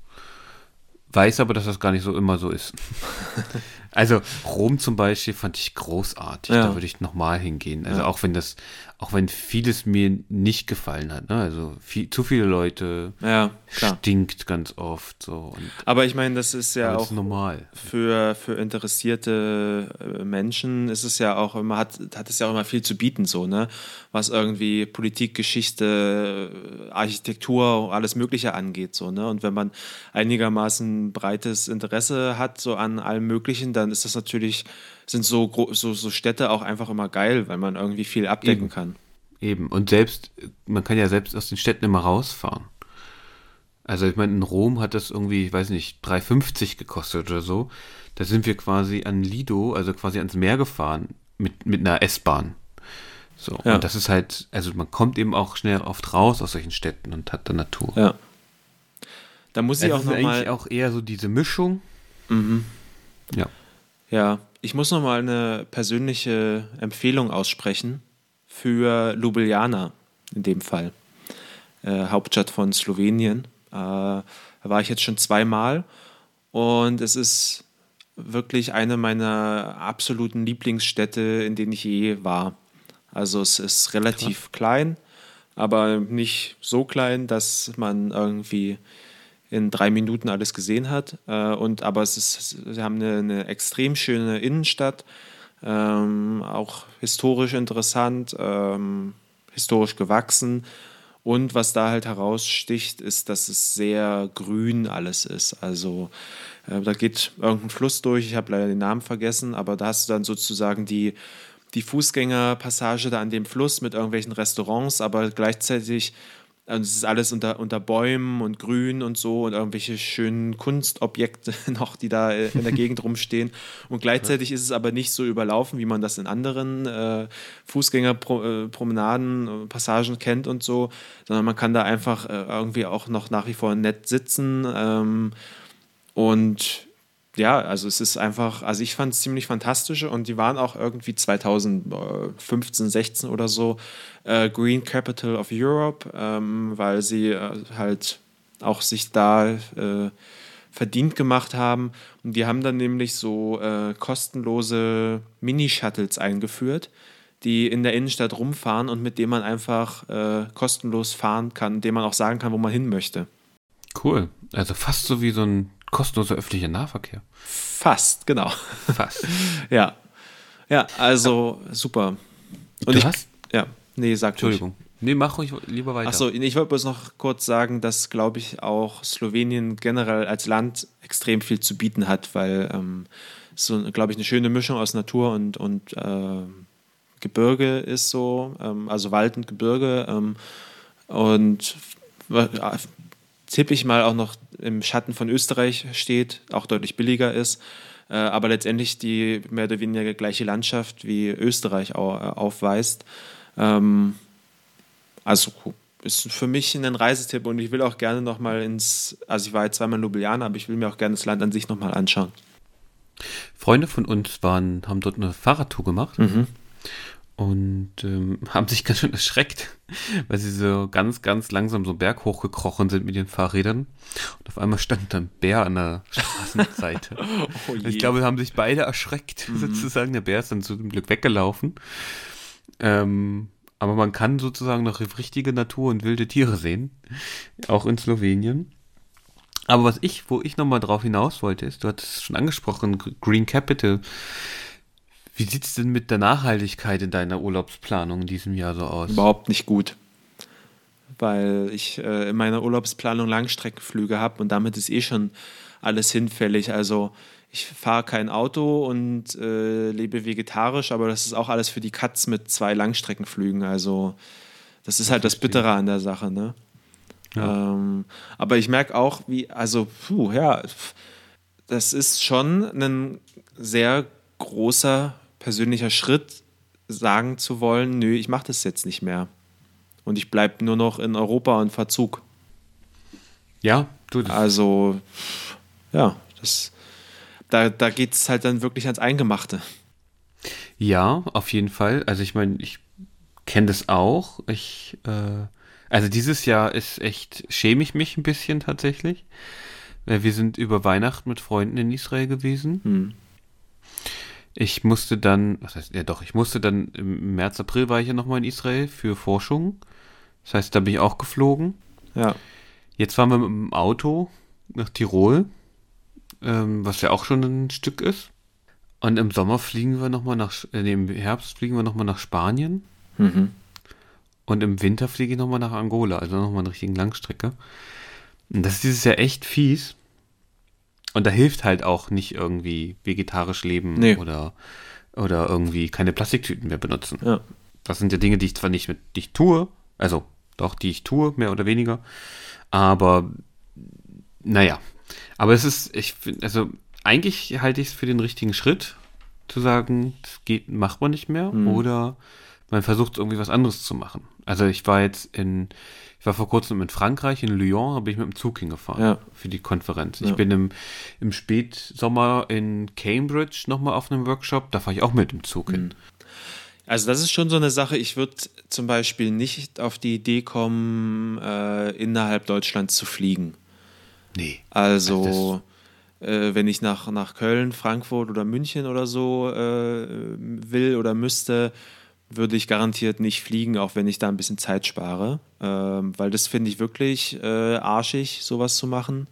weiß aber, dass das gar nicht so immer so ist. Also Rom zum Beispiel fand ich großartig, da würde ich nochmal hingehen. Also auch wenn vieles mir nicht gefallen hat, ne? Also zu viele Leute, stinkt ganz oft so. Aber ich meine, das ist ja auch normal. Für interessierte Menschen ist es ja auch immer, hat es ja auch immer viel zu bieten, so, ne? Was irgendwie Politik, Geschichte, Architektur, alles Mögliche angeht, so, ne? Und wenn man einigermaßen breites Interesse hat, so an allem Möglichen, dann ist das natürlich, sind so Städte auch einfach immer geil, weil man irgendwie viel abdecken kann. Eben. Und man kann ja selbst aus den Städten immer rausfahren. Also ich meine, in Rom hat das irgendwie, ich weiß nicht, 3,50 gekostet oder so. Da sind wir quasi an Lido, also quasi ans Meer gefahren mit einer S-Bahn. So. Ja. Und das ist halt, also man kommt eben auch schnell oft raus aus solchen Städten und hat dann Natur. Ja. Da muss ich auch nochmal. Das ist eigentlich auch eher so diese Mischung. Ja. Ja, ich muss nochmal eine persönliche Empfehlung aussprechen für Ljubljana in dem Fall. Hauptstadt von Slowenien. Da war ich jetzt schon 2-mal und es ist wirklich eine meiner absoluten Lieblingsstädte, in denen ich je war. Also es ist relativ klein, aber nicht so klein, dass man irgendwie in 3 Minuten alles gesehen hat. Aber sie haben eine extrem schöne Innenstadt, auch historisch interessant, historisch gewachsen. Und was da halt heraussticht, ist, dass es sehr grün alles ist. Also da geht irgendein Fluss durch, ich habe leider den Namen vergessen, aber da hast du dann sozusagen die Fußgängerpassage da an dem Fluss mit irgendwelchen Restaurants, aber gleichzeitig, es ist alles unter Bäumen und Grün und so und irgendwelche schönen Kunstobjekte noch, die da in der Gegend rumstehen. Und gleichzeitig ist es aber nicht so überlaufen, wie man das in anderen Fußgängerpromenaden, Passagen kennt und so, sondern man kann da einfach irgendwie auch noch nach wie vor nett sitzen. Und ja, also es ist einfach, also ich fand es ziemlich fantastisch und die waren auch irgendwie 2015, 16 oder so Green Capital of Europe, weil sie halt auch sich da verdient gemacht haben. Und die haben dann nämlich so kostenlose Mini-Shuttles eingeführt, die in der Innenstadt rumfahren und mit denen man einfach kostenlos fahren kann, dem man auch sagen kann, wo man hin möchte. Cool. Also fast so wie so ein kostenloser öffentlicher Nahverkehr. Fast, genau. Fast. Ja. Ja, also super. Und sag Entschuldigung. Nee, mach ruhig lieber weiter. Achso, ich wollte bloß noch kurz sagen, dass, glaube ich, auch Slowenien generell als Land extrem viel zu bieten hat, weil so, glaube ich, eine schöne Mischung aus Natur und Gebirge ist so, also Wald und Gebirge und tippe ich mal auch noch im Schatten von Österreich steht, auch deutlich billiger ist, aber letztendlich die mehr oder weniger gleiche Landschaft wie Österreich aufweist. Also ist für mich ein Reisetipp und ich will auch gerne nochmal also ich war jetzt zweimal in Ljubljana, aber ich will mir auch gerne das Land an sich nochmal anschauen. Freunde von uns haben dort eine Fahrradtour gemacht. Und haben sich ganz schön erschreckt, weil sie so ganz, ganz langsam so einen Berg hochgekrochen sind mit ihren Fahrrädern. Und auf einmal stand da ein Bär an der Straßenseite. Ich glaube, wir haben sich beide erschreckt, sozusagen. Der Bär ist dann zum Glück weggelaufen. Aber man kann sozusagen noch richtige Natur und wilde Tiere sehen, auch in Slowenien. Aber wo ich nochmal drauf hinaus wollte, ist, du hattest es schon angesprochen, Green Capital. Wie sieht es denn mit der Nachhaltigkeit in deiner Urlaubsplanung in diesem Jahr so aus? Überhaupt nicht gut. Weil ich in meiner Urlaubsplanung Langstreckenflüge habe und damit ist schon alles hinfällig. Also ich fahre kein Auto und lebe vegetarisch, aber das ist auch alles für die Katz mit 2 Langstreckenflügen. Also das ist halt das Bittere an der Sache, ne? Ja. Aber ich merke auch, das ist schon ein sehr großer persönlicher Schritt, sagen zu wollen, nö, ich mache das jetzt nicht mehr. Und ich bleibe nur noch in Europa und Verzug. Ja, also, ja, da geht es halt dann wirklich ans Eingemachte. Ja, auf jeden Fall. Also ich meine, ich kenne das auch. Also dieses Jahr schäme ich mich ein bisschen tatsächlich. Wir sind über Weihnachten mit Freunden in Israel gewesen. Ich musste dann im März, April war ich ja nochmal in Israel für Forschung. Das heißt, da bin ich auch geflogen. Ja. Jetzt fahren wir mit dem Auto nach Tirol, was ja auch schon ein Stück ist. Und im Sommer fliegen wir im Herbst fliegen wir nochmal nach Spanien. Und im Winter fliege ich nochmal nach Angola, also nochmal eine richtige Langstrecke. Und das ist dieses Jahr echt fies. Und da hilft halt auch nicht irgendwie vegetarisch leben oder irgendwie keine Plastiktüten mehr benutzen. Ja. Das sind ja Dinge, die ich zwar nicht tue, also doch, die ich tue, mehr oder weniger. Aber naja. Aber eigentlich halte ich es für den richtigen Schritt, zu sagen, macht man nicht mehr oder man versucht irgendwie was anderes zu machen. Also ich war vor kurzem in Frankreich, in Lyon, da bin ich mit dem Zug hingefahren für die Konferenz. Ja. Ich bin im Spätsommer in Cambridge nochmal auf einem Workshop, da fahre ich auch mit dem Zug hin. Also das ist schon so eine Sache, ich würde zum Beispiel nicht auf die Idee kommen, innerhalb Deutschlands zu fliegen. Nee. Also wenn ich nach Köln, Frankfurt oder München oder so will oder müsste, würde ich garantiert nicht fliegen, auch wenn ich da ein bisschen Zeit spare, weil das finde ich wirklich arschig, sowas zu machen.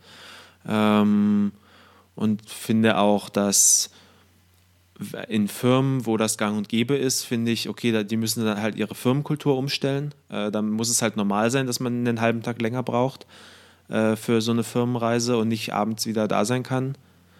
Und finde auch, dass in Firmen, wo das gang und gäbe ist, finde ich, okay, die müssen dann halt ihre Firmenkultur umstellen. Dann muss es halt normal sein, dass man einen halben Tag länger braucht für so eine Firmenreise und nicht abends wieder da sein kann.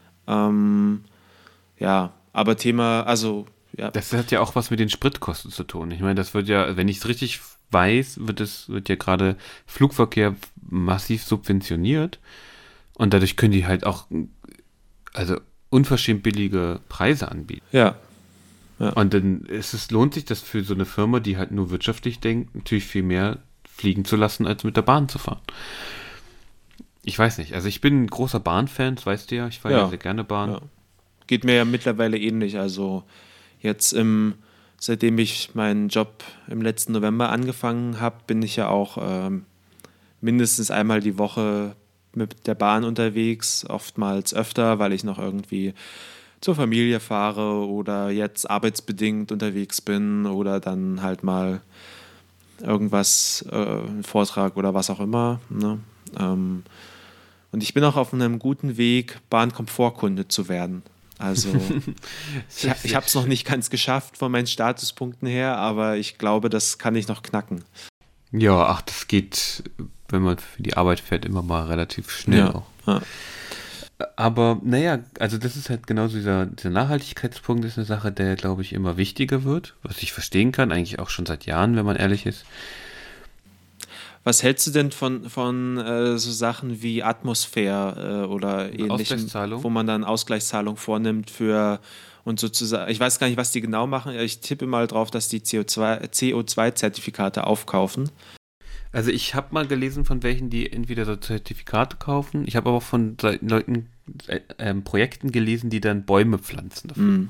Ja, aber Thema, also ja. Das hat ja auch was mit den Spritkosten zu tun. Ich meine, das wird ja, wenn ich es richtig weiß, wird ja gerade Flugverkehr massiv subventioniert und dadurch können die halt auch, also unverschämt billige Preise anbieten. Ja. Und dann lohnt sich das für so eine Firma, die halt nur wirtschaftlich denkt, natürlich viel mehr fliegen zu lassen, als mit der Bahn zu fahren. Ich weiß nicht. Also ich bin ein großer Bahnfan, das weißt du ja. Ich fahre ja sehr gerne Bahn. Ja. Geht mir ja mittlerweile ähnlich. Also jetzt seitdem ich meinen Job im letzten November angefangen habe, bin ich ja auch mindestens einmal die Woche mit der Bahn unterwegs, oftmals öfter, weil ich noch irgendwie zur Familie fahre oder jetzt arbeitsbedingt unterwegs bin oder dann halt mal irgendwas, einen Vortrag oder was auch immer. Ne? Und ich bin auch auf einem guten Weg, Bahnkomfortkunde zu werden. Also ich habe es noch nicht ganz geschafft von meinen Statuspunkten her, aber ich glaube, das kann ich noch knacken. Ja, ach, das geht, wenn man für die Arbeit fährt, immer mal relativ schnell auch. Ja. Aber naja, also das ist halt genauso dieser Nachhaltigkeitspunkt ist eine Sache, der, glaube ich, immer wichtiger wird, was ich verstehen kann, eigentlich auch schon seit Jahren, wenn man ehrlich ist. Was hältst du denn von so Sachen wie Atmosphäre oder ähnlichem, wo man dann Ausgleichszahlung vornimmt für und sozusagen, ich weiß gar nicht, was die genau machen, ich tippe mal drauf, dass die CO2-Zertifikate aufkaufen. Also ich habe mal gelesen von welchen, die entweder so Zertifikate kaufen, ich habe aber auch von Leuten, Projekten gelesen, die dann Bäume pflanzen dafür.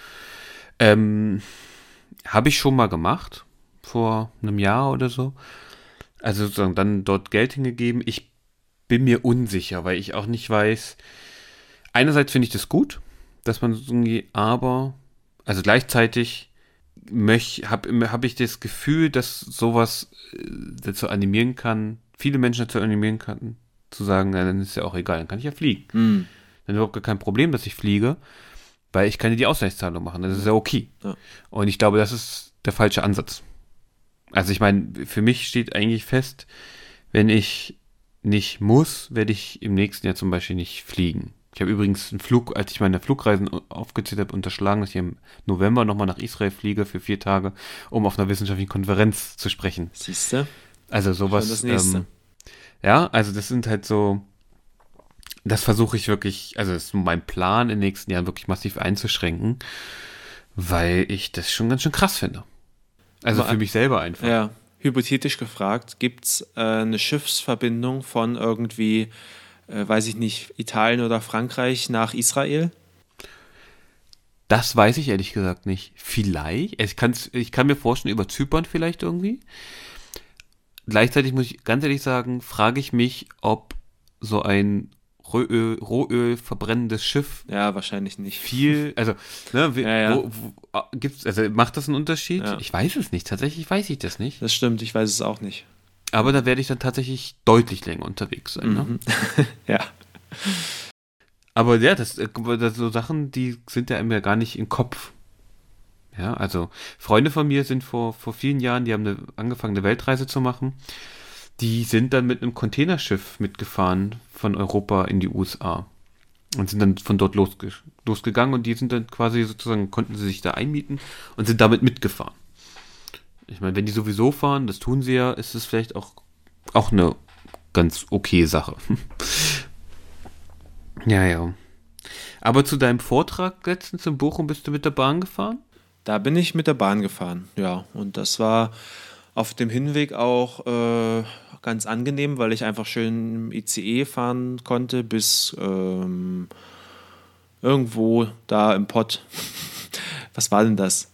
Habe ich schon mal gemacht, vor einem Jahr oder so. Also sozusagen dann dort Geld hingegeben. Ich bin mir unsicher, weil ich auch nicht weiß. Einerseits finde ich das gut, dass man so irgendwie, aber also gleichzeitig habe ich das Gefühl, dass sowas dazu animieren kann, viele Menschen dazu animieren kann, zu sagen, na, dann ist ja auch egal, dann kann ich ja fliegen. Dann überhaupt gar kein Problem, dass ich fliege, weil ich kann ja die Ausgleichszahlung machen. Das ist ja okay. Ja. Und ich glaube, das ist der falsche Ansatz. Also ich meine, für mich steht eigentlich fest, wenn ich nicht muss, werde ich im nächsten Jahr zum Beispiel nicht fliegen. Ich habe übrigens als ich meine Flugreisen aufgezählt habe, unterschlagen, dass ich im November nochmal nach Israel fliege für 4 Tage, um auf einer wissenschaftlichen Konferenz zu sprechen. Siehst du? Also sowas. Das Nächste. Ja, also das sind halt so, das versuche ich wirklich, also das ist mein Plan, in den nächsten Jahren wirklich massiv einzuschränken, weil ich das schon ganz schön krass finde. Also für mich selber einfach. Ja, hypothetisch gefragt, gibt es eine Schiffsverbindung von irgendwie, weiß ich nicht, Italien oder Frankreich nach Israel? Das weiß ich ehrlich gesagt nicht. Vielleicht. Ich kann mir vorstellen, über Zypern vielleicht irgendwie. Gleichzeitig muss ich ganz ehrlich sagen, frage ich mich, ob so ein Rohöl verbrennendes Schiff. Ja, wahrscheinlich nicht. Macht das einen Unterschied? Ja. Ich weiß es nicht. Tatsächlich weiß ich das nicht. Das stimmt, ich weiß es auch nicht. Aber da werde ich dann tatsächlich deutlich länger unterwegs sein. Ne? Ja. Aber ja, das so Sachen, die sind ja immer gar nicht im Kopf. Ja, also Freunde von mir sind vor vielen Jahren, die haben angefangen, eine Weltreise zu machen. Die sind dann mit einem Containerschiff mitgefahren von Europa in die USA und sind dann von dort losgegangen und die sind dann quasi sozusagen, konnten sie sich da einmieten und sind damit mitgefahren. Ich meine, wenn die sowieso fahren, das tun sie ja, ist es vielleicht auch eine ganz okay Sache. Ja. Aber zu deinem Vortrag letztens in Bochum bist du mit der Bahn gefahren? Da bin ich mit der Bahn gefahren, ja. Und das war auf dem Hinweg auch ganz angenehm, weil ich einfach schön im ICE fahren konnte bis irgendwo da im Pott. Was war denn das?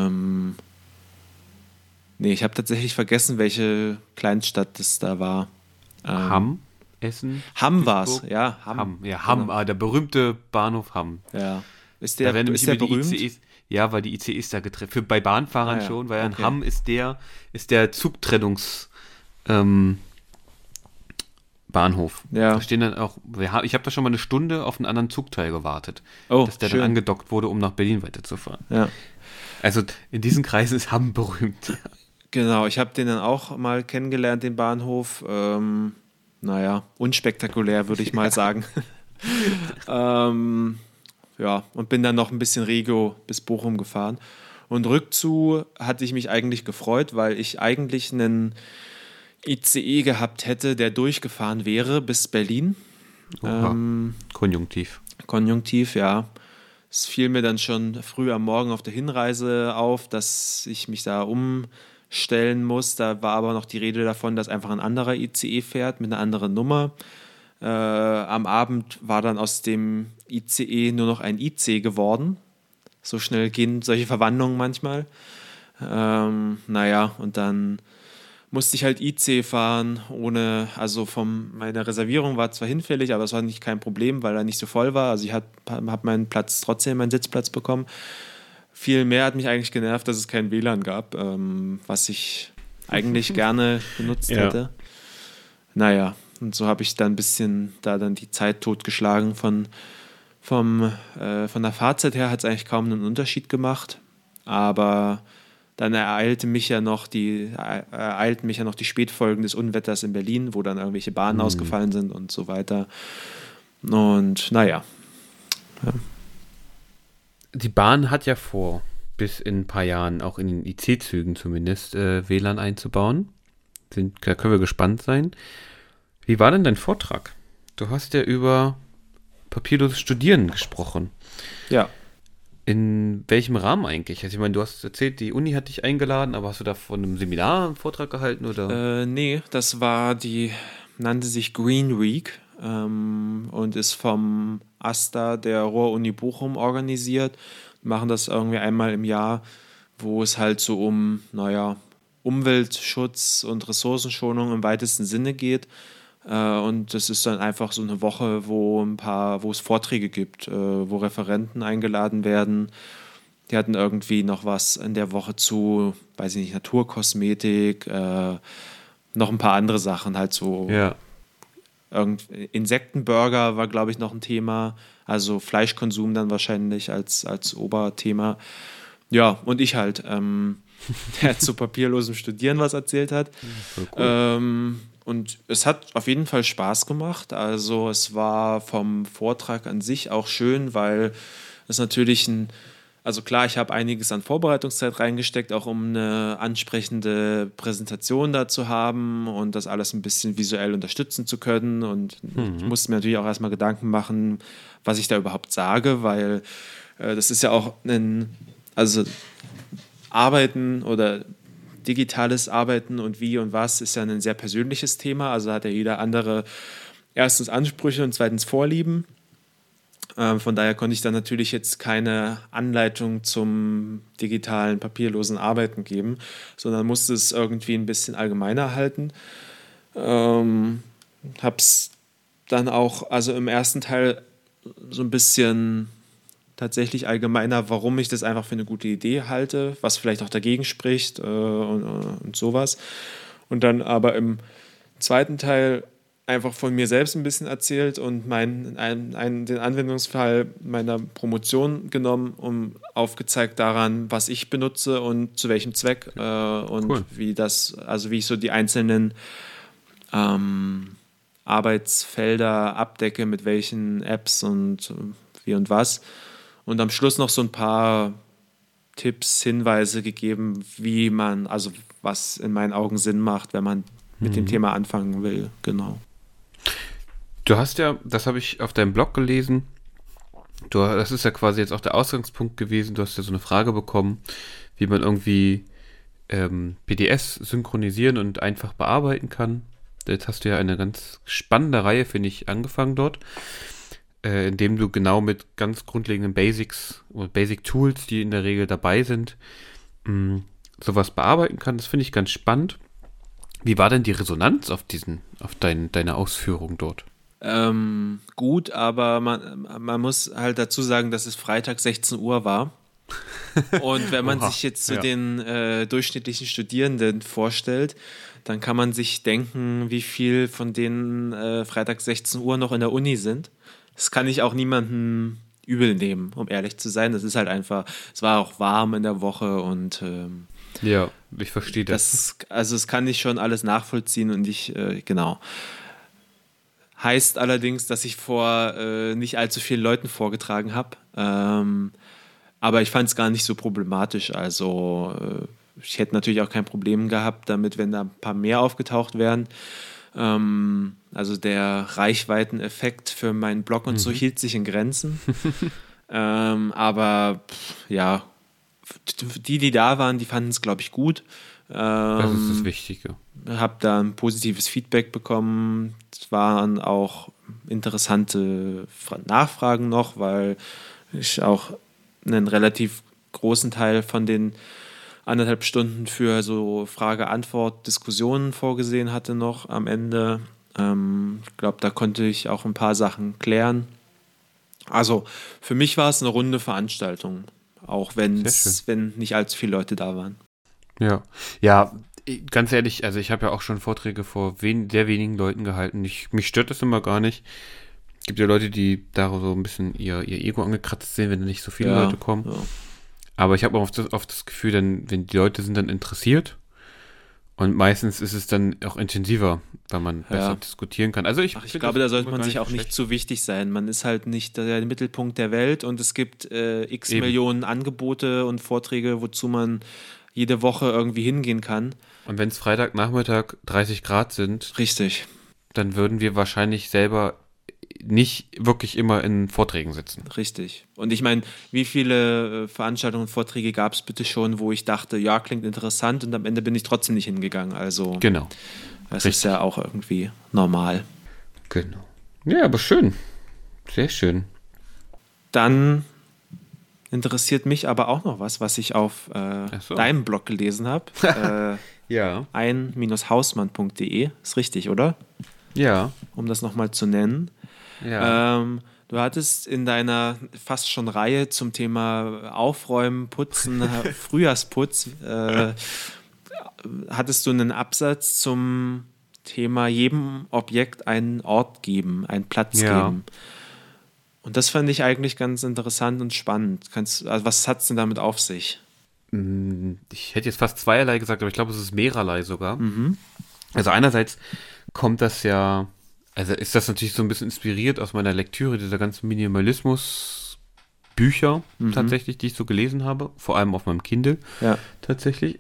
Ich habe tatsächlich vergessen, welche Kleinstadt das da war. Hamm? Essen? Hamm war es, ja. Hamm, der berühmte Bahnhof Hamm. Ja. Ist der berühmt? Ja, weil die ICEs da getrennt. Bei Bahnfahrern schon, weil ein Hamm ist der Zugtrennungs Bahnhof. Ja. Da stehen dann auch, ich habe da schon mal eine Stunde auf einen anderen Zugteil gewartet, dass der schön. dann angedockt wurde, um nach Berlin weiterzufahren. Ja. Also in diesen Kreisen ist Hamm berühmt. Genau, ich habe den dann auch mal kennengelernt, den Bahnhof. Unspektakulär, würde ich mal sagen. Und bin dann noch ein bisschen Regio bis Bochum gefahren. Und rückzu hatte ich mich eigentlich gefreut, weil ich eigentlich einen ICE gehabt hätte, der durchgefahren wäre bis Berlin. Konjunktiv. Konjunktiv, ja. Es fiel mir dann schon früh am Morgen auf der Hinreise auf, dass ich mich da umstellen muss. Da war aber noch die Rede davon, dass einfach ein anderer ICE fährt mit einer anderen Nummer. Am Abend war dann aus dem ICE nur noch ein IC geworden. So schnell gehen solche Verwandlungen manchmal. Und dann musste ich halt IC fahren, meine Reservierung war zwar hinfällig, aber es war nicht kein Problem, weil er nicht so voll war. Also ich hab meinen Sitzplatz bekommen. Viel mehr hat mich eigentlich genervt, dass es kein WLAN gab, was ich eigentlich gerne benutzt hätte. Naja, und so habe ich dann ein bisschen dann die Zeit totgeschlagen. Von der Fahrzeit her hat es eigentlich kaum einen Unterschied gemacht, aber dann ereilten mich ja noch die Spätfolgen des Unwetters in Berlin, wo dann irgendwelche Bahnen ausgefallen sind und so weiter. Und naja. Ja. Die Bahn hat ja vor, bis in ein paar Jahren auch in den IC-Zügen zumindest WLAN einzubauen. Da können wir gespannt sein. Wie war denn dein Vortrag? Du hast ja über papierloses Studieren gesprochen. Ja. In welchem Rahmen eigentlich? Also ich meine, du hast erzählt, die Uni hat dich eingeladen, aber hast du da von einem Seminar einen Vortrag gehalten? Oder? Nee, das war nannte sich Green Week und ist vom AStA der Ruhr-Uni Bochum organisiert. Wir machen das irgendwie einmal im Jahr, wo es halt so um, Umweltschutz und Ressourcenschonung im weitesten Sinne geht. Und das ist dann einfach so eine Woche, wo es Vorträge gibt, wo Referenten eingeladen werden. Die hatten irgendwie noch was in der Woche zu, weiß ich nicht, Naturkosmetik, noch ein paar andere Sachen, halt so. Ja. Insektenburger war, glaube ich, noch ein Thema. Also Fleischkonsum dann wahrscheinlich als Oberthema. Ja, und ich halt, der zu papierlosem Studieren was erzählt hat. Voll cool. Und es hat auf jeden Fall Spaß gemacht. Also es war vom Vortrag an sich auch schön, weil es natürlich also klar, ich habe einiges an Vorbereitungszeit reingesteckt, auch um eine ansprechende Präsentation da zu haben und das alles ein bisschen visuell unterstützen zu können. Und ich musste mir natürlich auch erstmal Gedanken machen, was ich da überhaupt sage, weil das ist ja auch Arbeiten oder digitales Arbeiten und wie und was ist ja ein sehr persönliches Thema. Also hat ja jeder andere erstens Ansprüche und zweitens Vorlieben. Von daher konnte ich dann natürlich jetzt keine Anleitung zum digitalen, papierlosen Arbeiten geben, sondern musste es irgendwie ein bisschen allgemeiner halten. Hab's dann auch, also im ersten Teil so ein bisschen tatsächlich allgemeiner, warum ich das einfach für eine gute Idee halte, was vielleicht auch dagegen spricht und sowas. Und dann aber im zweiten Teil einfach von mir selbst ein bisschen erzählt und den Anwendungsfall meiner Promotion genommen, aufgezeigt daran, was ich benutze und zu welchem Zweck und cool. Wie ich so die einzelnen Arbeitsfelder abdecke, mit welchen Apps und wie und was. Und am Schluss noch so ein paar Tipps, Hinweise gegeben, was in meinen Augen Sinn macht, wenn man mit dem Thema anfangen will. Genau. Du hast ja, das habe ich auf deinem Blog gelesen, das ist ja quasi jetzt auch der Ausgangspunkt gewesen, du hast ja so eine Frage bekommen, wie man irgendwie PDFs synchronisieren und einfach bearbeiten kann. Jetzt hast du ja eine ganz spannende Reihe, finde ich, angefangen dort, indem du genau mit ganz grundlegenden Basics oder Basic Tools, die in der Regel dabei sind, sowas bearbeiten kann. Das finde ich ganz spannend. Wie war denn die Resonanz auf deine Ausführung dort? Gut, aber man muss halt dazu sagen, dass es Freitag 16 Uhr war. Und wenn man Oha, sich jetzt so ja. den durchschnittlichen Studierenden vorstellt, dann kann man sich denken, wie viel von denen freitags 16 Uhr noch in der Uni sind. Das kann ich auch niemandem übel nehmen, um ehrlich zu sein. Das ist halt einfach, es war auch warm in der Woche und Ja, ich verstehe das. also das kann ich schon alles nachvollziehen und genau. Heißt allerdings, dass ich vor nicht allzu vielen Leuten vorgetragen habe. Aber ich fand es gar nicht so problematisch. Also ich hätte natürlich auch kein Problem gehabt damit, wenn da ein paar mehr aufgetaucht wären. Also der Reichweiteneffekt für meinen Blog und so hielt sich in Grenzen. Aber ja, die da waren, die fanden es, glaube ich, gut. Das ist das Wichtige. Habe da ein positives Feedback bekommen. Es waren auch interessante Nachfragen noch, weil ich auch einen relativ großen Teil von den 1,5 Stunden für so Frage-Antwort-Diskussionen vorgesehen hatte noch am Ende. Ich glaube, da konnte ich auch ein paar Sachen klären. Also für mich war es eine runde Veranstaltung, auch wenn nicht allzu viele Leute da waren. Ja, ja, ganz ehrlich, also ich habe ja auch schon Vorträge vor sehr wenigen Leuten gehalten. Mich stört das immer gar nicht. Es gibt ja Leute, die da so ein bisschen ihr Ego angekratzt sehen, wenn nicht so viele Leute kommen. Ja. Aber ich habe auch oft das Gefühl, wenn die Leute sind dann interessiert und meistens ist es dann auch intensiver, weil man besser diskutieren kann. Also ich glaube, da sollte man sich auch nicht zu wichtig sein. Man ist halt nicht der Mittelpunkt der Welt und es gibt x Millionen Angebote und Vorträge, wozu man jede Woche irgendwie hingehen kann. Und wenn es Freitagnachmittag 30 Grad sind, richtig, dann würden wir wahrscheinlich selber nicht wirklich immer in Vorträgen sitzen. Richtig. Und ich meine, wie viele Veranstaltungen und Vorträge gab es bitte schon, wo ich dachte, ja, klingt interessant und am Ende bin ich trotzdem nicht hingegangen. Also genau. Das ist ja auch irgendwie normal. Genau. Ja, aber schön. Sehr schön. Dann interessiert mich aber auch noch was ich auf deinem Blog gelesen habe. Ja. ein-hausmann.de. Ist richtig, oder? Ja. Um das nochmal zu nennen. Ja. Du hattest in deiner fast schon Reihe zum Thema Aufräumen, Putzen, Frühjahrsputz, hattest du einen Absatz zum Thema jedem Objekt einen Ort geben, einen Platz geben. Und das fand ich eigentlich ganz interessant und spannend. Also was hat es denn damit auf sich? Ich hätte jetzt fast zweierlei gesagt, aber ich glaube, es ist mehrerlei sogar. Also einerseits kommt das ja, also ist das natürlich so ein bisschen inspiriert aus meiner Lektüre dieser ganzen Minimalismus-Bücher tatsächlich, die ich so gelesen habe, vor allem auf meinem Kindle tatsächlich.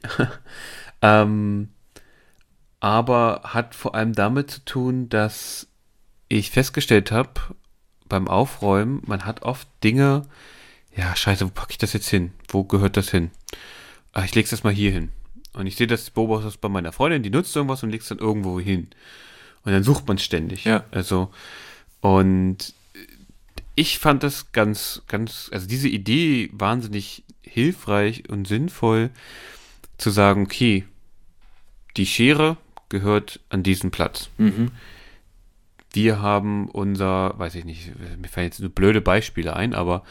Aber hat vor allem damit zu tun, dass ich festgestellt habe, beim Aufräumen, man hat oft Dinge, ja, scheiße, wo packe ich das jetzt hin? Wo gehört das hin? Ich leg's das mal hier hin. Und ich sehe beobachte das bei meiner Freundin, die nutzt irgendwas und legt es dann irgendwo hin. Und dann sucht man ständig. Ja. Also, und ich fand das also diese Idee wahnsinnig hilfreich und sinnvoll, zu sagen, okay, die Schere gehört an diesen Platz. Wir haben weiß ich nicht, mir fallen jetzt nur blöde Beispiele ein, aber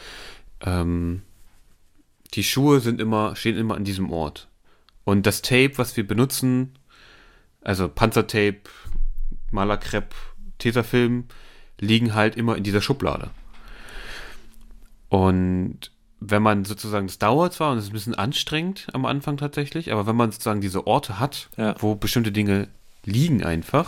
die Schuhe stehen immer an diesem Ort. Und das Tape, was wir benutzen, also Panzertape, Malerkrepp, Tesafilm, liegen halt immer in dieser Schublade. Und wenn man sozusagen, das dauert zwar und es ist ein bisschen anstrengend am Anfang tatsächlich, aber wenn man sozusagen diese Orte hat, wo bestimmte Dinge liegen einfach,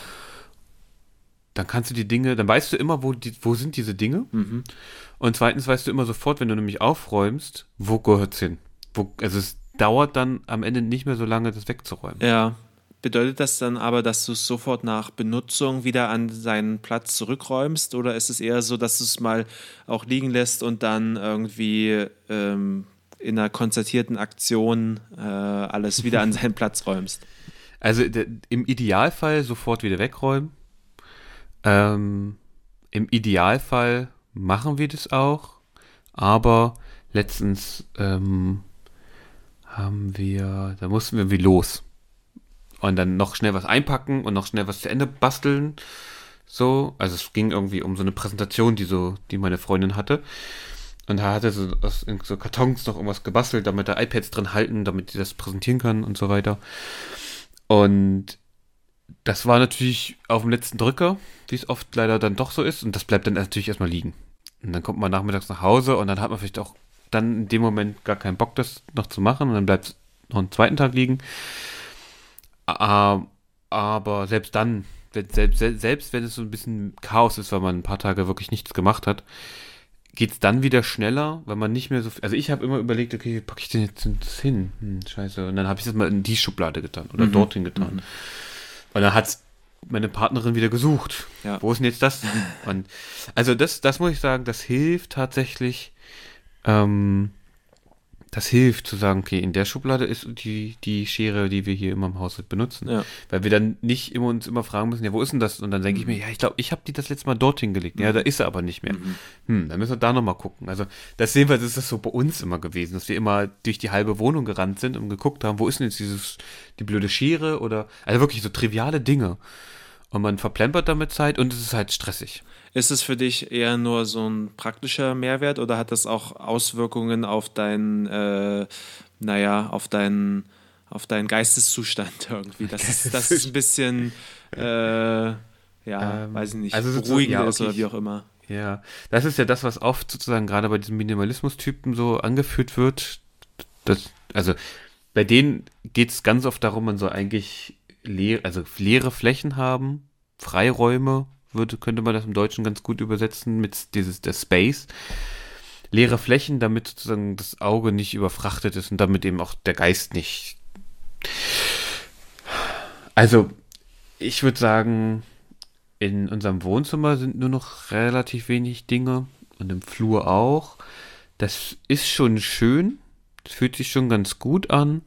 dann kannst du die Dinge, dann weißt du immer, wo sind diese Dinge. Und zweitens weißt du immer sofort, wenn du nämlich aufräumst, wo gehört's hin. Also es dauert dann am Ende nicht mehr so lange, das wegzuräumen. Ja. Bedeutet das dann aber, dass du es sofort nach Benutzung wieder an seinen Platz zurückräumst? Oder ist es eher so, dass du es mal auch liegen lässt und dann irgendwie in einer konzertierten Aktion alles wieder an seinen Platz räumst? Also im Idealfall sofort wieder wegräumen. Im Idealfall machen wir das auch, aber letztens da mussten wir irgendwie los. Und dann noch schnell was einpacken und noch schnell was zu Ende basteln. So, also es ging irgendwie um so eine Präsentation, die meine Freundin hatte. Und da hat er so aus so Kartons noch irgendwas gebastelt, damit da iPads drin halten, damit die das präsentieren kann und so weiter. Und das war natürlich auf dem letzten Drücker, wie es oft leider dann doch so ist. Und das bleibt dann natürlich erstmal liegen. Und dann kommt man nachmittags nach Hause und dann hat man vielleicht auch dann in dem Moment gar keinen Bock, das noch zu machen. Und dann bleibt es noch einen zweiten Tag liegen. Aber selbst dann, selbst wenn es so ein bisschen Chaos ist, weil man ein paar Tage wirklich nichts gemacht hat, geht es dann wieder schneller, weil man nicht mehr so... Also ich habe immer überlegt, okay, wie packe ich den jetzt hin? Scheiße. Und dann habe ich das mal in die Schublade getan oder dorthin getan. Und dann hat meine Partnerin wieder gesucht. Ja. Wo ist denn jetzt das? Und also das muss ich sagen, das hilft tatsächlich... das hilft zu sagen, okay, in der Schublade ist die Schere, die wir hier immer im Haushalt benutzen. Ja. Weil wir dann nicht uns immer fragen müssen, ja, wo ist denn das? Und dann denke ich mir, ja, ich glaube, ich habe die das letzte Mal dorthin gelegt. Ja, da ist sie aber nicht mehr. Dann müssen wir da nochmal gucken. Also das sehen wir, das ist so bei uns immer gewesen, dass wir immer durch die halbe Wohnung gerannt sind und geguckt haben, wo ist denn jetzt die blöde Schere oder, also wirklich so triviale Dinge. Und man verplempert damit Zeit und es ist halt stressig. Ist es für dich eher nur so ein praktischer Mehrwert oder hat das auch Auswirkungen auf deinen Geisteszustand irgendwie? Das ist ein bisschen, weiß ich nicht, also beruhigend ist oder wie auch immer. Ja, das ist ja das, was oft sozusagen gerade bei diesen Minimalismus-Typen so angeführt wird. Also bei denen geht es ganz oft darum, man soll eigentlich leere Flächen haben, Freiräume, könnte man das im Deutschen ganz gut übersetzen mit der Space. Leere Flächen, damit sozusagen das Auge nicht überfrachtet ist und damit eben auch der Geist nicht. Also, ich würde sagen, in unserem Wohnzimmer sind nur noch relativ wenig Dinge und im Flur auch. Das ist schon schön, das fühlt sich schon ganz gut an,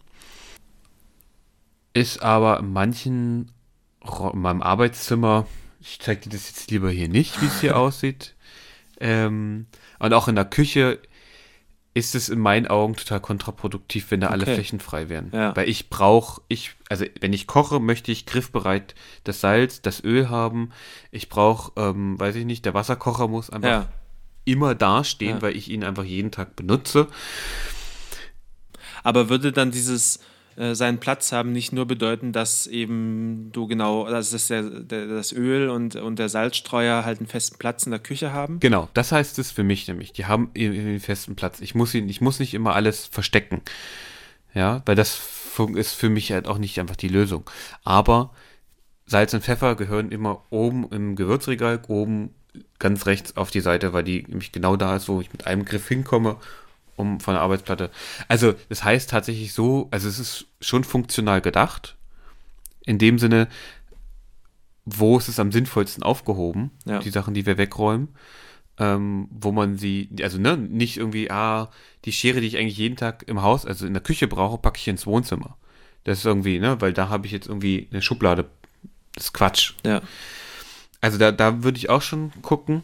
ist aber in meinem Arbeitszimmer, ich zeige dir das jetzt lieber hier nicht, wie es hier aussieht. Und auch in der Küche ist es in meinen Augen total kontraproduktiv, wenn da alle Flächen frei wären. Ja. Weil wenn ich koche, möchte ich griffbereit das Salz, das Öl haben. Ich brauche, weiß ich nicht, der Wasserkocher muss einfach immer dastehen, weil ich ihn einfach jeden Tag benutze. Aber würde dann dieses seinen Platz haben nicht nur bedeuten, dass eben dass das Öl und der Salzstreuer halt einen festen Platz in der Küche haben? Genau, das heißt es für mich nämlich. Die haben einen festen Platz. Ich muss nicht immer alles verstecken. Ja, weil das ist für mich halt auch nicht einfach die Lösung. Aber Salz und Pfeffer gehören immer oben im Gewürzregal, oben ganz rechts auf die Seite, weil die nämlich genau da ist, wo ich mit einem Griff hinkomme, von der Arbeitsplatte. Also das heißt tatsächlich so, also es ist schon funktional gedacht, in dem Sinne, wo ist es am sinnvollsten aufgehoben, die Sachen, die wir wegräumen, wo man sie, also nicht irgendwie, die Schere, die ich eigentlich jeden Tag im Haus, also in der Küche brauche, packe ich ins Wohnzimmer. Das ist irgendwie, weil da habe ich jetzt irgendwie eine Schublade. Das ist Quatsch. Ja. Also da würde ich auch schon gucken.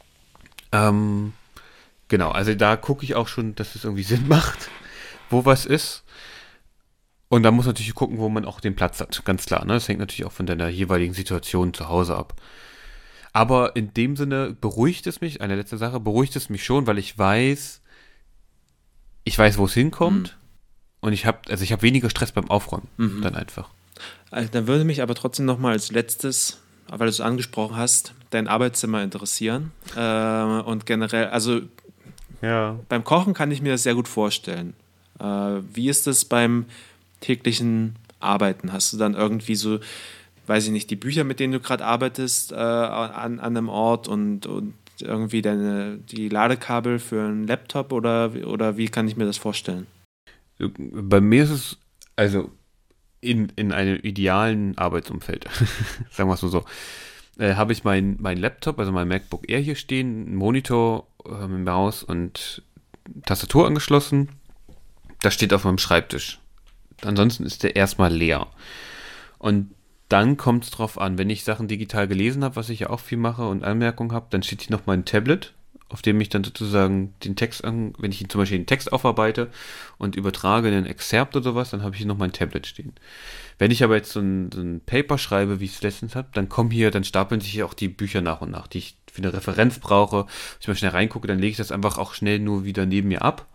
Genau, also da gucke ich auch schon, dass es irgendwie Sinn macht, wo was ist. Und da muss man natürlich gucken, wo man auch den Platz hat, ganz klar. Ne? Das hängt natürlich auch von deiner jeweiligen Situation zu Hause ab. Aber in dem Sinne beruhigt es mich, eine letzte Sache, beruhigt es mich schon, weil ich weiß, wo es hinkommt. Und ich habe weniger Stress beim Aufräumen dann einfach. Also, dann würde mich aber trotzdem nochmal als letztes, weil du es angesprochen hast, dein Arbeitszimmer interessieren. Und generell, also beim Kochen kann ich mir das sehr gut vorstellen. Wie ist das beim täglichen Arbeiten? Hast du dann irgendwie so, weiß ich nicht, die Bücher, mit denen du gerade arbeitest, an einem Ort und irgendwie die Ladekabel für einen Laptop oder wie kann ich mir das vorstellen? Bei mir ist es, also in einem idealen Arbeitsumfeld, sagen wir es so, habe ich mein Laptop, also mein MacBook Air hier stehen, einen Monitor, Maus und Tastatur angeschlossen. Das steht auf meinem Schreibtisch. Ansonsten ist der erstmal leer. Und dann kommt es drauf an, wenn ich Sachen digital gelesen habe, was ich ja auch viel mache und Anmerkungen habe, dann steht hier noch mein Tablet auf dem ich dann sozusagen den Text, wenn ich zum Beispiel den Text aufarbeite und übertrage in einen Excerpt oder sowas, dann habe ich hier noch mein Tablet stehen. Wenn ich aber jetzt so ein Paper schreibe, wie ich es letztens habe, dann stapeln sich hier auch die Bücher nach und nach, die ich für eine Referenz brauche. Wenn ich mal schnell reingucke, dann lege ich das einfach auch schnell nur wieder neben mir ab.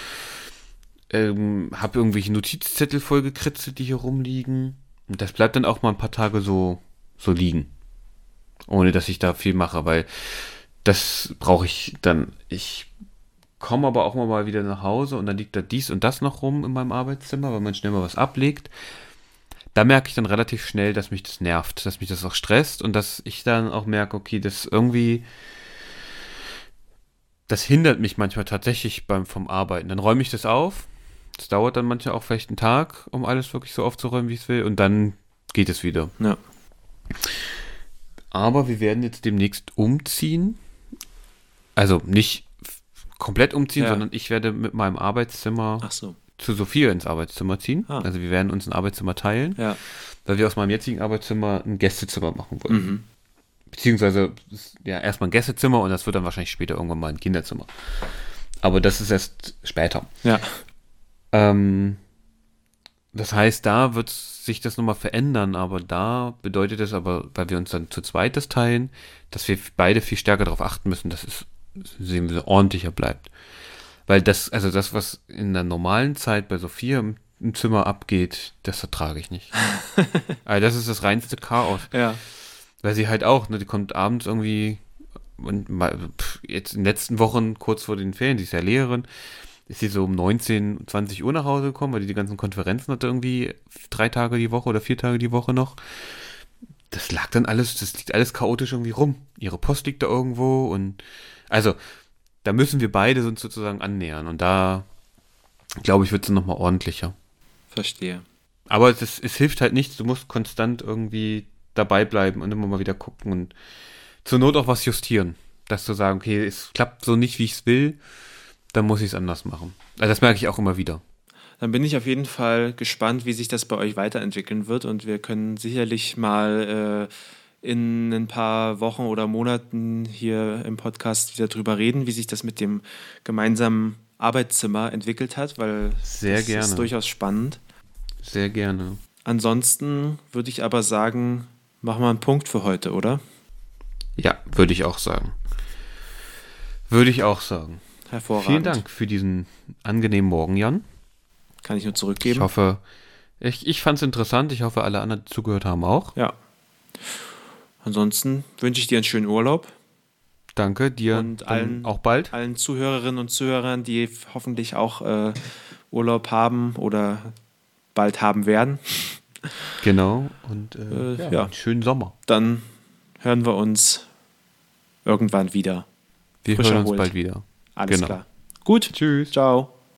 Habe irgendwelche Notizzettel vollgekritzelt, die hier rumliegen. Und das bleibt dann auch mal ein paar Tage so liegen. Ohne dass ich da viel mache, weil das brauche ich dann. Ich komme aber auch mal wieder nach Hause und dann liegt da dies und das noch rum in meinem Arbeitszimmer, weil man schnell mal was ablegt. Da merke ich dann relativ schnell, dass mich das nervt, dass mich das auch stresst und dass ich dann auch merke, okay, das hindert mich manchmal tatsächlich vom Arbeiten. Dann räume ich das auf. Das dauert dann manchmal auch vielleicht einen Tag, um alles wirklich so aufzuräumen, wie ich es will. Und dann geht es wieder. Ja. Aber wir werden jetzt demnächst umziehen. Also nicht komplett umziehen, sondern ich werde mit meinem Arbeitszimmer zu Sophia ins Arbeitszimmer ziehen. Also wir werden uns ein Arbeitszimmer teilen, weil wir aus meinem jetzigen Arbeitszimmer ein Gästezimmer machen wollen. Mhm. Beziehungsweise erstmal ein Gästezimmer und das wird dann wahrscheinlich später irgendwann mal ein Kinderzimmer. Aber das ist erst später. Ja. Das heißt, da wird sich das nochmal verändern, aber da bedeutet es aber, weil wir uns dann zu zweit das teilen, dass wir beide viel stärker darauf achten müssen, dass es sehen wir, ordentlicher bleibt. Weil das, was in der normalen Zeit bei Sophia im Zimmer abgeht, das ertrage ich nicht. Also das ist das reinste Chaos. Ja. Weil sie halt auch, die kommt abends irgendwie, und jetzt in den letzten Wochen, kurz vor den Ferien, sie ist ja Lehrerin, ist sie so um 19, 20 Uhr nach Hause gekommen, weil die ganzen Konferenzen hatte irgendwie 3 Tage die Woche oder 4 Tage die Woche noch. Das liegt alles chaotisch irgendwie rum. Ihre Post liegt da irgendwo und also, da müssen wir beide uns sozusagen annähern und da, glaube ich, wird es nochmal ordentlicher. Verstehe. Aber es hilft halt nichts, du musst konstant irgendwie dabei bleiben und immer mal wieder gucken und zur Not auch was justieren. Dass du sagen, okay, es klappt so nicht, wie ich es will, dann muss ich es anders machen. Also das merke ich auch immer wieder. Dann bin ich auf jeden Fall gespannt, wie sich das bei euch weiterentwickeln wird und wir können sicherlich mal in ein paar Wochen oder Monaten hier im Podcast wieder drüber reden, wie sich das mit dem gemeinsamen Arbeitszimmer entwickelt hat, weil sehr das gerne. Ist durchaus spannend. Sehr gerne. Ansonsten würde ich aber sagen, machen wir einen Punkt für heute, oder? Ja, würde ich auch sagen. Hervorragend. Vielen Dank für diesen angenehmen Morgen, Jan. Kann ich nur zurückgeben. Ich hoffe, ich fand es interessant. Ich hoffe, alle anderen, die zugehört haben, auch. Ja. Ansonsten wünsche ich dir einen schönen Urlaub. Danke, dir und allen, auch bald. Allen Zuhörerinnen und Zuhörern, die hoffentlich auch Urlaub haben oder bald haben werden. Genau. Und einen schönen Sommer. Dann hören wir uns irgendwann wieder. Wir hören uns bald wieder. Alles klar. Gut. Tschüss. Ciao.